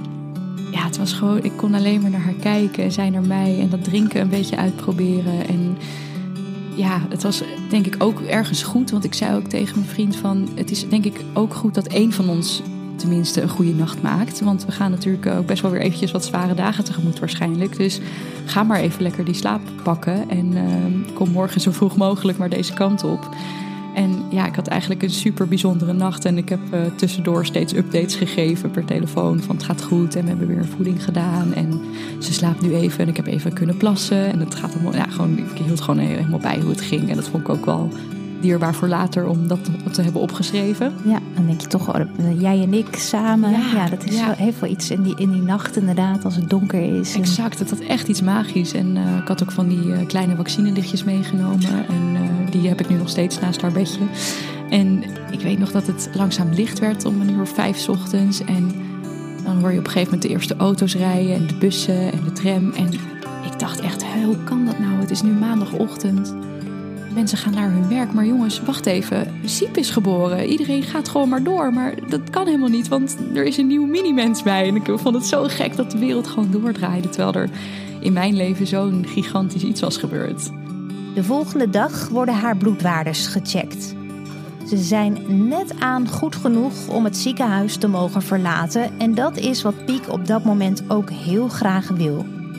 ja, het was gewoon, ik kon alleen maar naar haar kijken en zij naar mij en dat drinken een beetje uitproberen. En ja, het was denk ik ook ergens goed, want ik zei ook tegen mijn vriend van, het is denk ik ook goed dat één van ons tenminste een goede nacht maakt. Want we gaan natuurlijk ook best wel weer eventjes wat zware dagen tegemoet waarschijnlijk. Dus ga maar even lekker die slaap pakken en uh, kom morgen zo vroeg mogelijk maar deze kant op. En ja, ik had eigenlijk een super bijzondere nacht. En ik heb uh, tussendoor steeds updates gegeven per telefoon van het gaat goed. En we hebben weer voeding gedaan. En ze slaapt nu even en ik heb even kunnen plassen. En het gaat allemaal, ja, gewoon, ik hield gewoon helemaal bij hoe het ging. En dat vond ik ook wel dierbaar voor later om dat te, te hebben opgeschreven. Ja, dan denk je toch, oh, jij en ik samen. Ja, ja dat is ja. wel, heeft wel iets in die, in die nacht inderdaad, als het donker is. Exact, het had echt iets magisch. En uh, ik had ook van die uh, kleine vaccinelichtjes meegenomen. En uh, die heb ik nu nog steeds naast haar bedje. En ik weet nog dat het langzaam licht werd om een uur of vijf 's ochtends. En dan hoor je op een gegeven moment de eerste auto's rijden en de bussen en de tram. En ik dacht echt, hoe kan dat nou? Het is nu maandagochtend. Mensen gaan naar hun werk, maar jongens, wacht even. Siep is geboren. Iedereen gaat gewoon maar door. Maar dat kan helemaal niet, want er is een nieuw mini-mens bij. En ik vond het zo gek dat de wereld gewoon doordraaide. Terwijl er in mijn leven zo'n gigantisch iets was gebeurd. De volgende dag worden haar bloedwaardes gecheckt. Ze zijn net aan goed genoeg om het ziekenhuis te mogen verlaten. En dat is wat Piek op dat moment ook heel graag wil.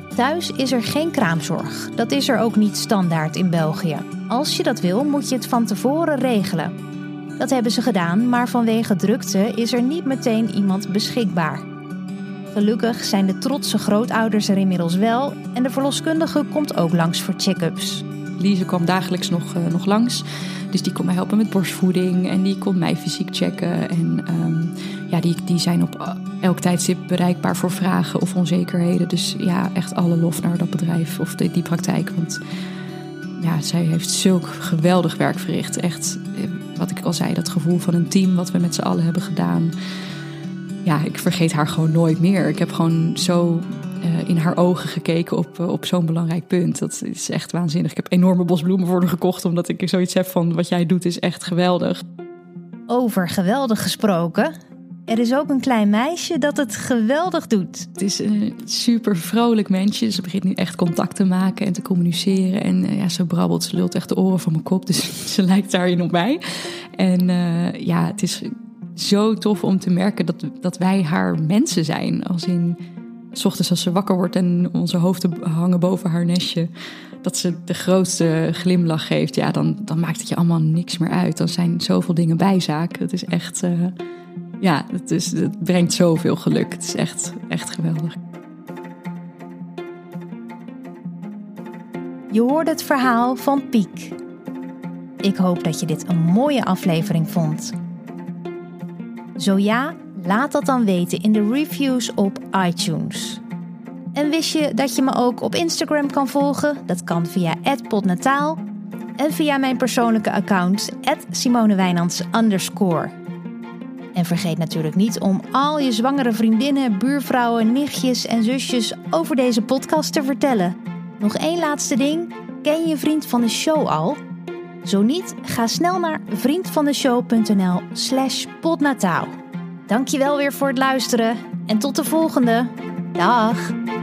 Thuis is er geen kraamzorg. Dat is er ook niet standaard in België. Als je dat wil, moet je het van tevoren regelen. Dat hebben ze gedaan, maar vanwege drukte is er niet meteen iemand beschikbaar. Gelukkig zijn de trotse grootouders er inmiddels wel en de verloskundige komt ook langs voor check-ups. Lise kwam dagelijks nog, uh, nog langs. Dus die kon mij helpen met borstvoeding en die kon mij fysiek checken. En um, ja, die, die zijn op elk tijdstip bereikbaar voor vragen of onzekerheden. Dus ja, echt alle lof naar dat bedrijf of de, die praktijk. Want ja, zij heeft zulk geweldig werk verricht. Echt, wat ik al zei, dat gevoel van een team wat we met z'n allen hebben gedaan. Ja, ik vergeet haar gewoon nooit meer. Ik heb gewoon zo uh, in haar ogen gekeken op, uh, op zo'n belangrijk punt. Dat is echt waanzinnig. Ik heb enorme bos bloemen voor haar gekocht, omdat ik zoiets heb van wat jij doet is echt geweldig. Over geweldig gesproken. Er is ook een klein meisje dat het geweldig doet. Het is een super vrolijk mensje. Ze begint nu echt contact te maken en te communiceren. En uh, ja, ze brabbelt, ze lult echt de oren van mijn kop. Dus ze lijkt daarin op mij. En uh, ja, het is zo tof om te merken dat, dat wij haar mensen zijn. Als in, 's ochtends als ze wakker wordt en onze hoofden hangen boven haar nestje, dat ze de grootste glimlach geeft. Ja, dan, dan maakt het je allemaal niks meer uit. Dan zijn zoveel dingen bijzaak. Het is echt, uh, ja, het, is, het brengt zoveel geluk. Het is echt, echt geweldig. Je hoort het verhaal van Piek. Ik hoop dat je dit een mooie aflevering vond. Zo ja, laat dat dan weten in de reviews op iTunes. En wist je dat je me ook op Instagram kan volgen? Dat kan via at podnataal en via mijn persoonlijke account at simonewijnands underscore. En vergeet natuurlijk niet om al je zwangere vriendinnen, buurvrouwen, nichtjes en zusjes over deze podcast te vertellen. Nog één laatste ding. Ken je Vriend van de Show al? Zo niet, ga snel naar vriendvandeshow.nl slash podnataal. Dankjewel weer voor het luisteren en tot de volgende. Dag!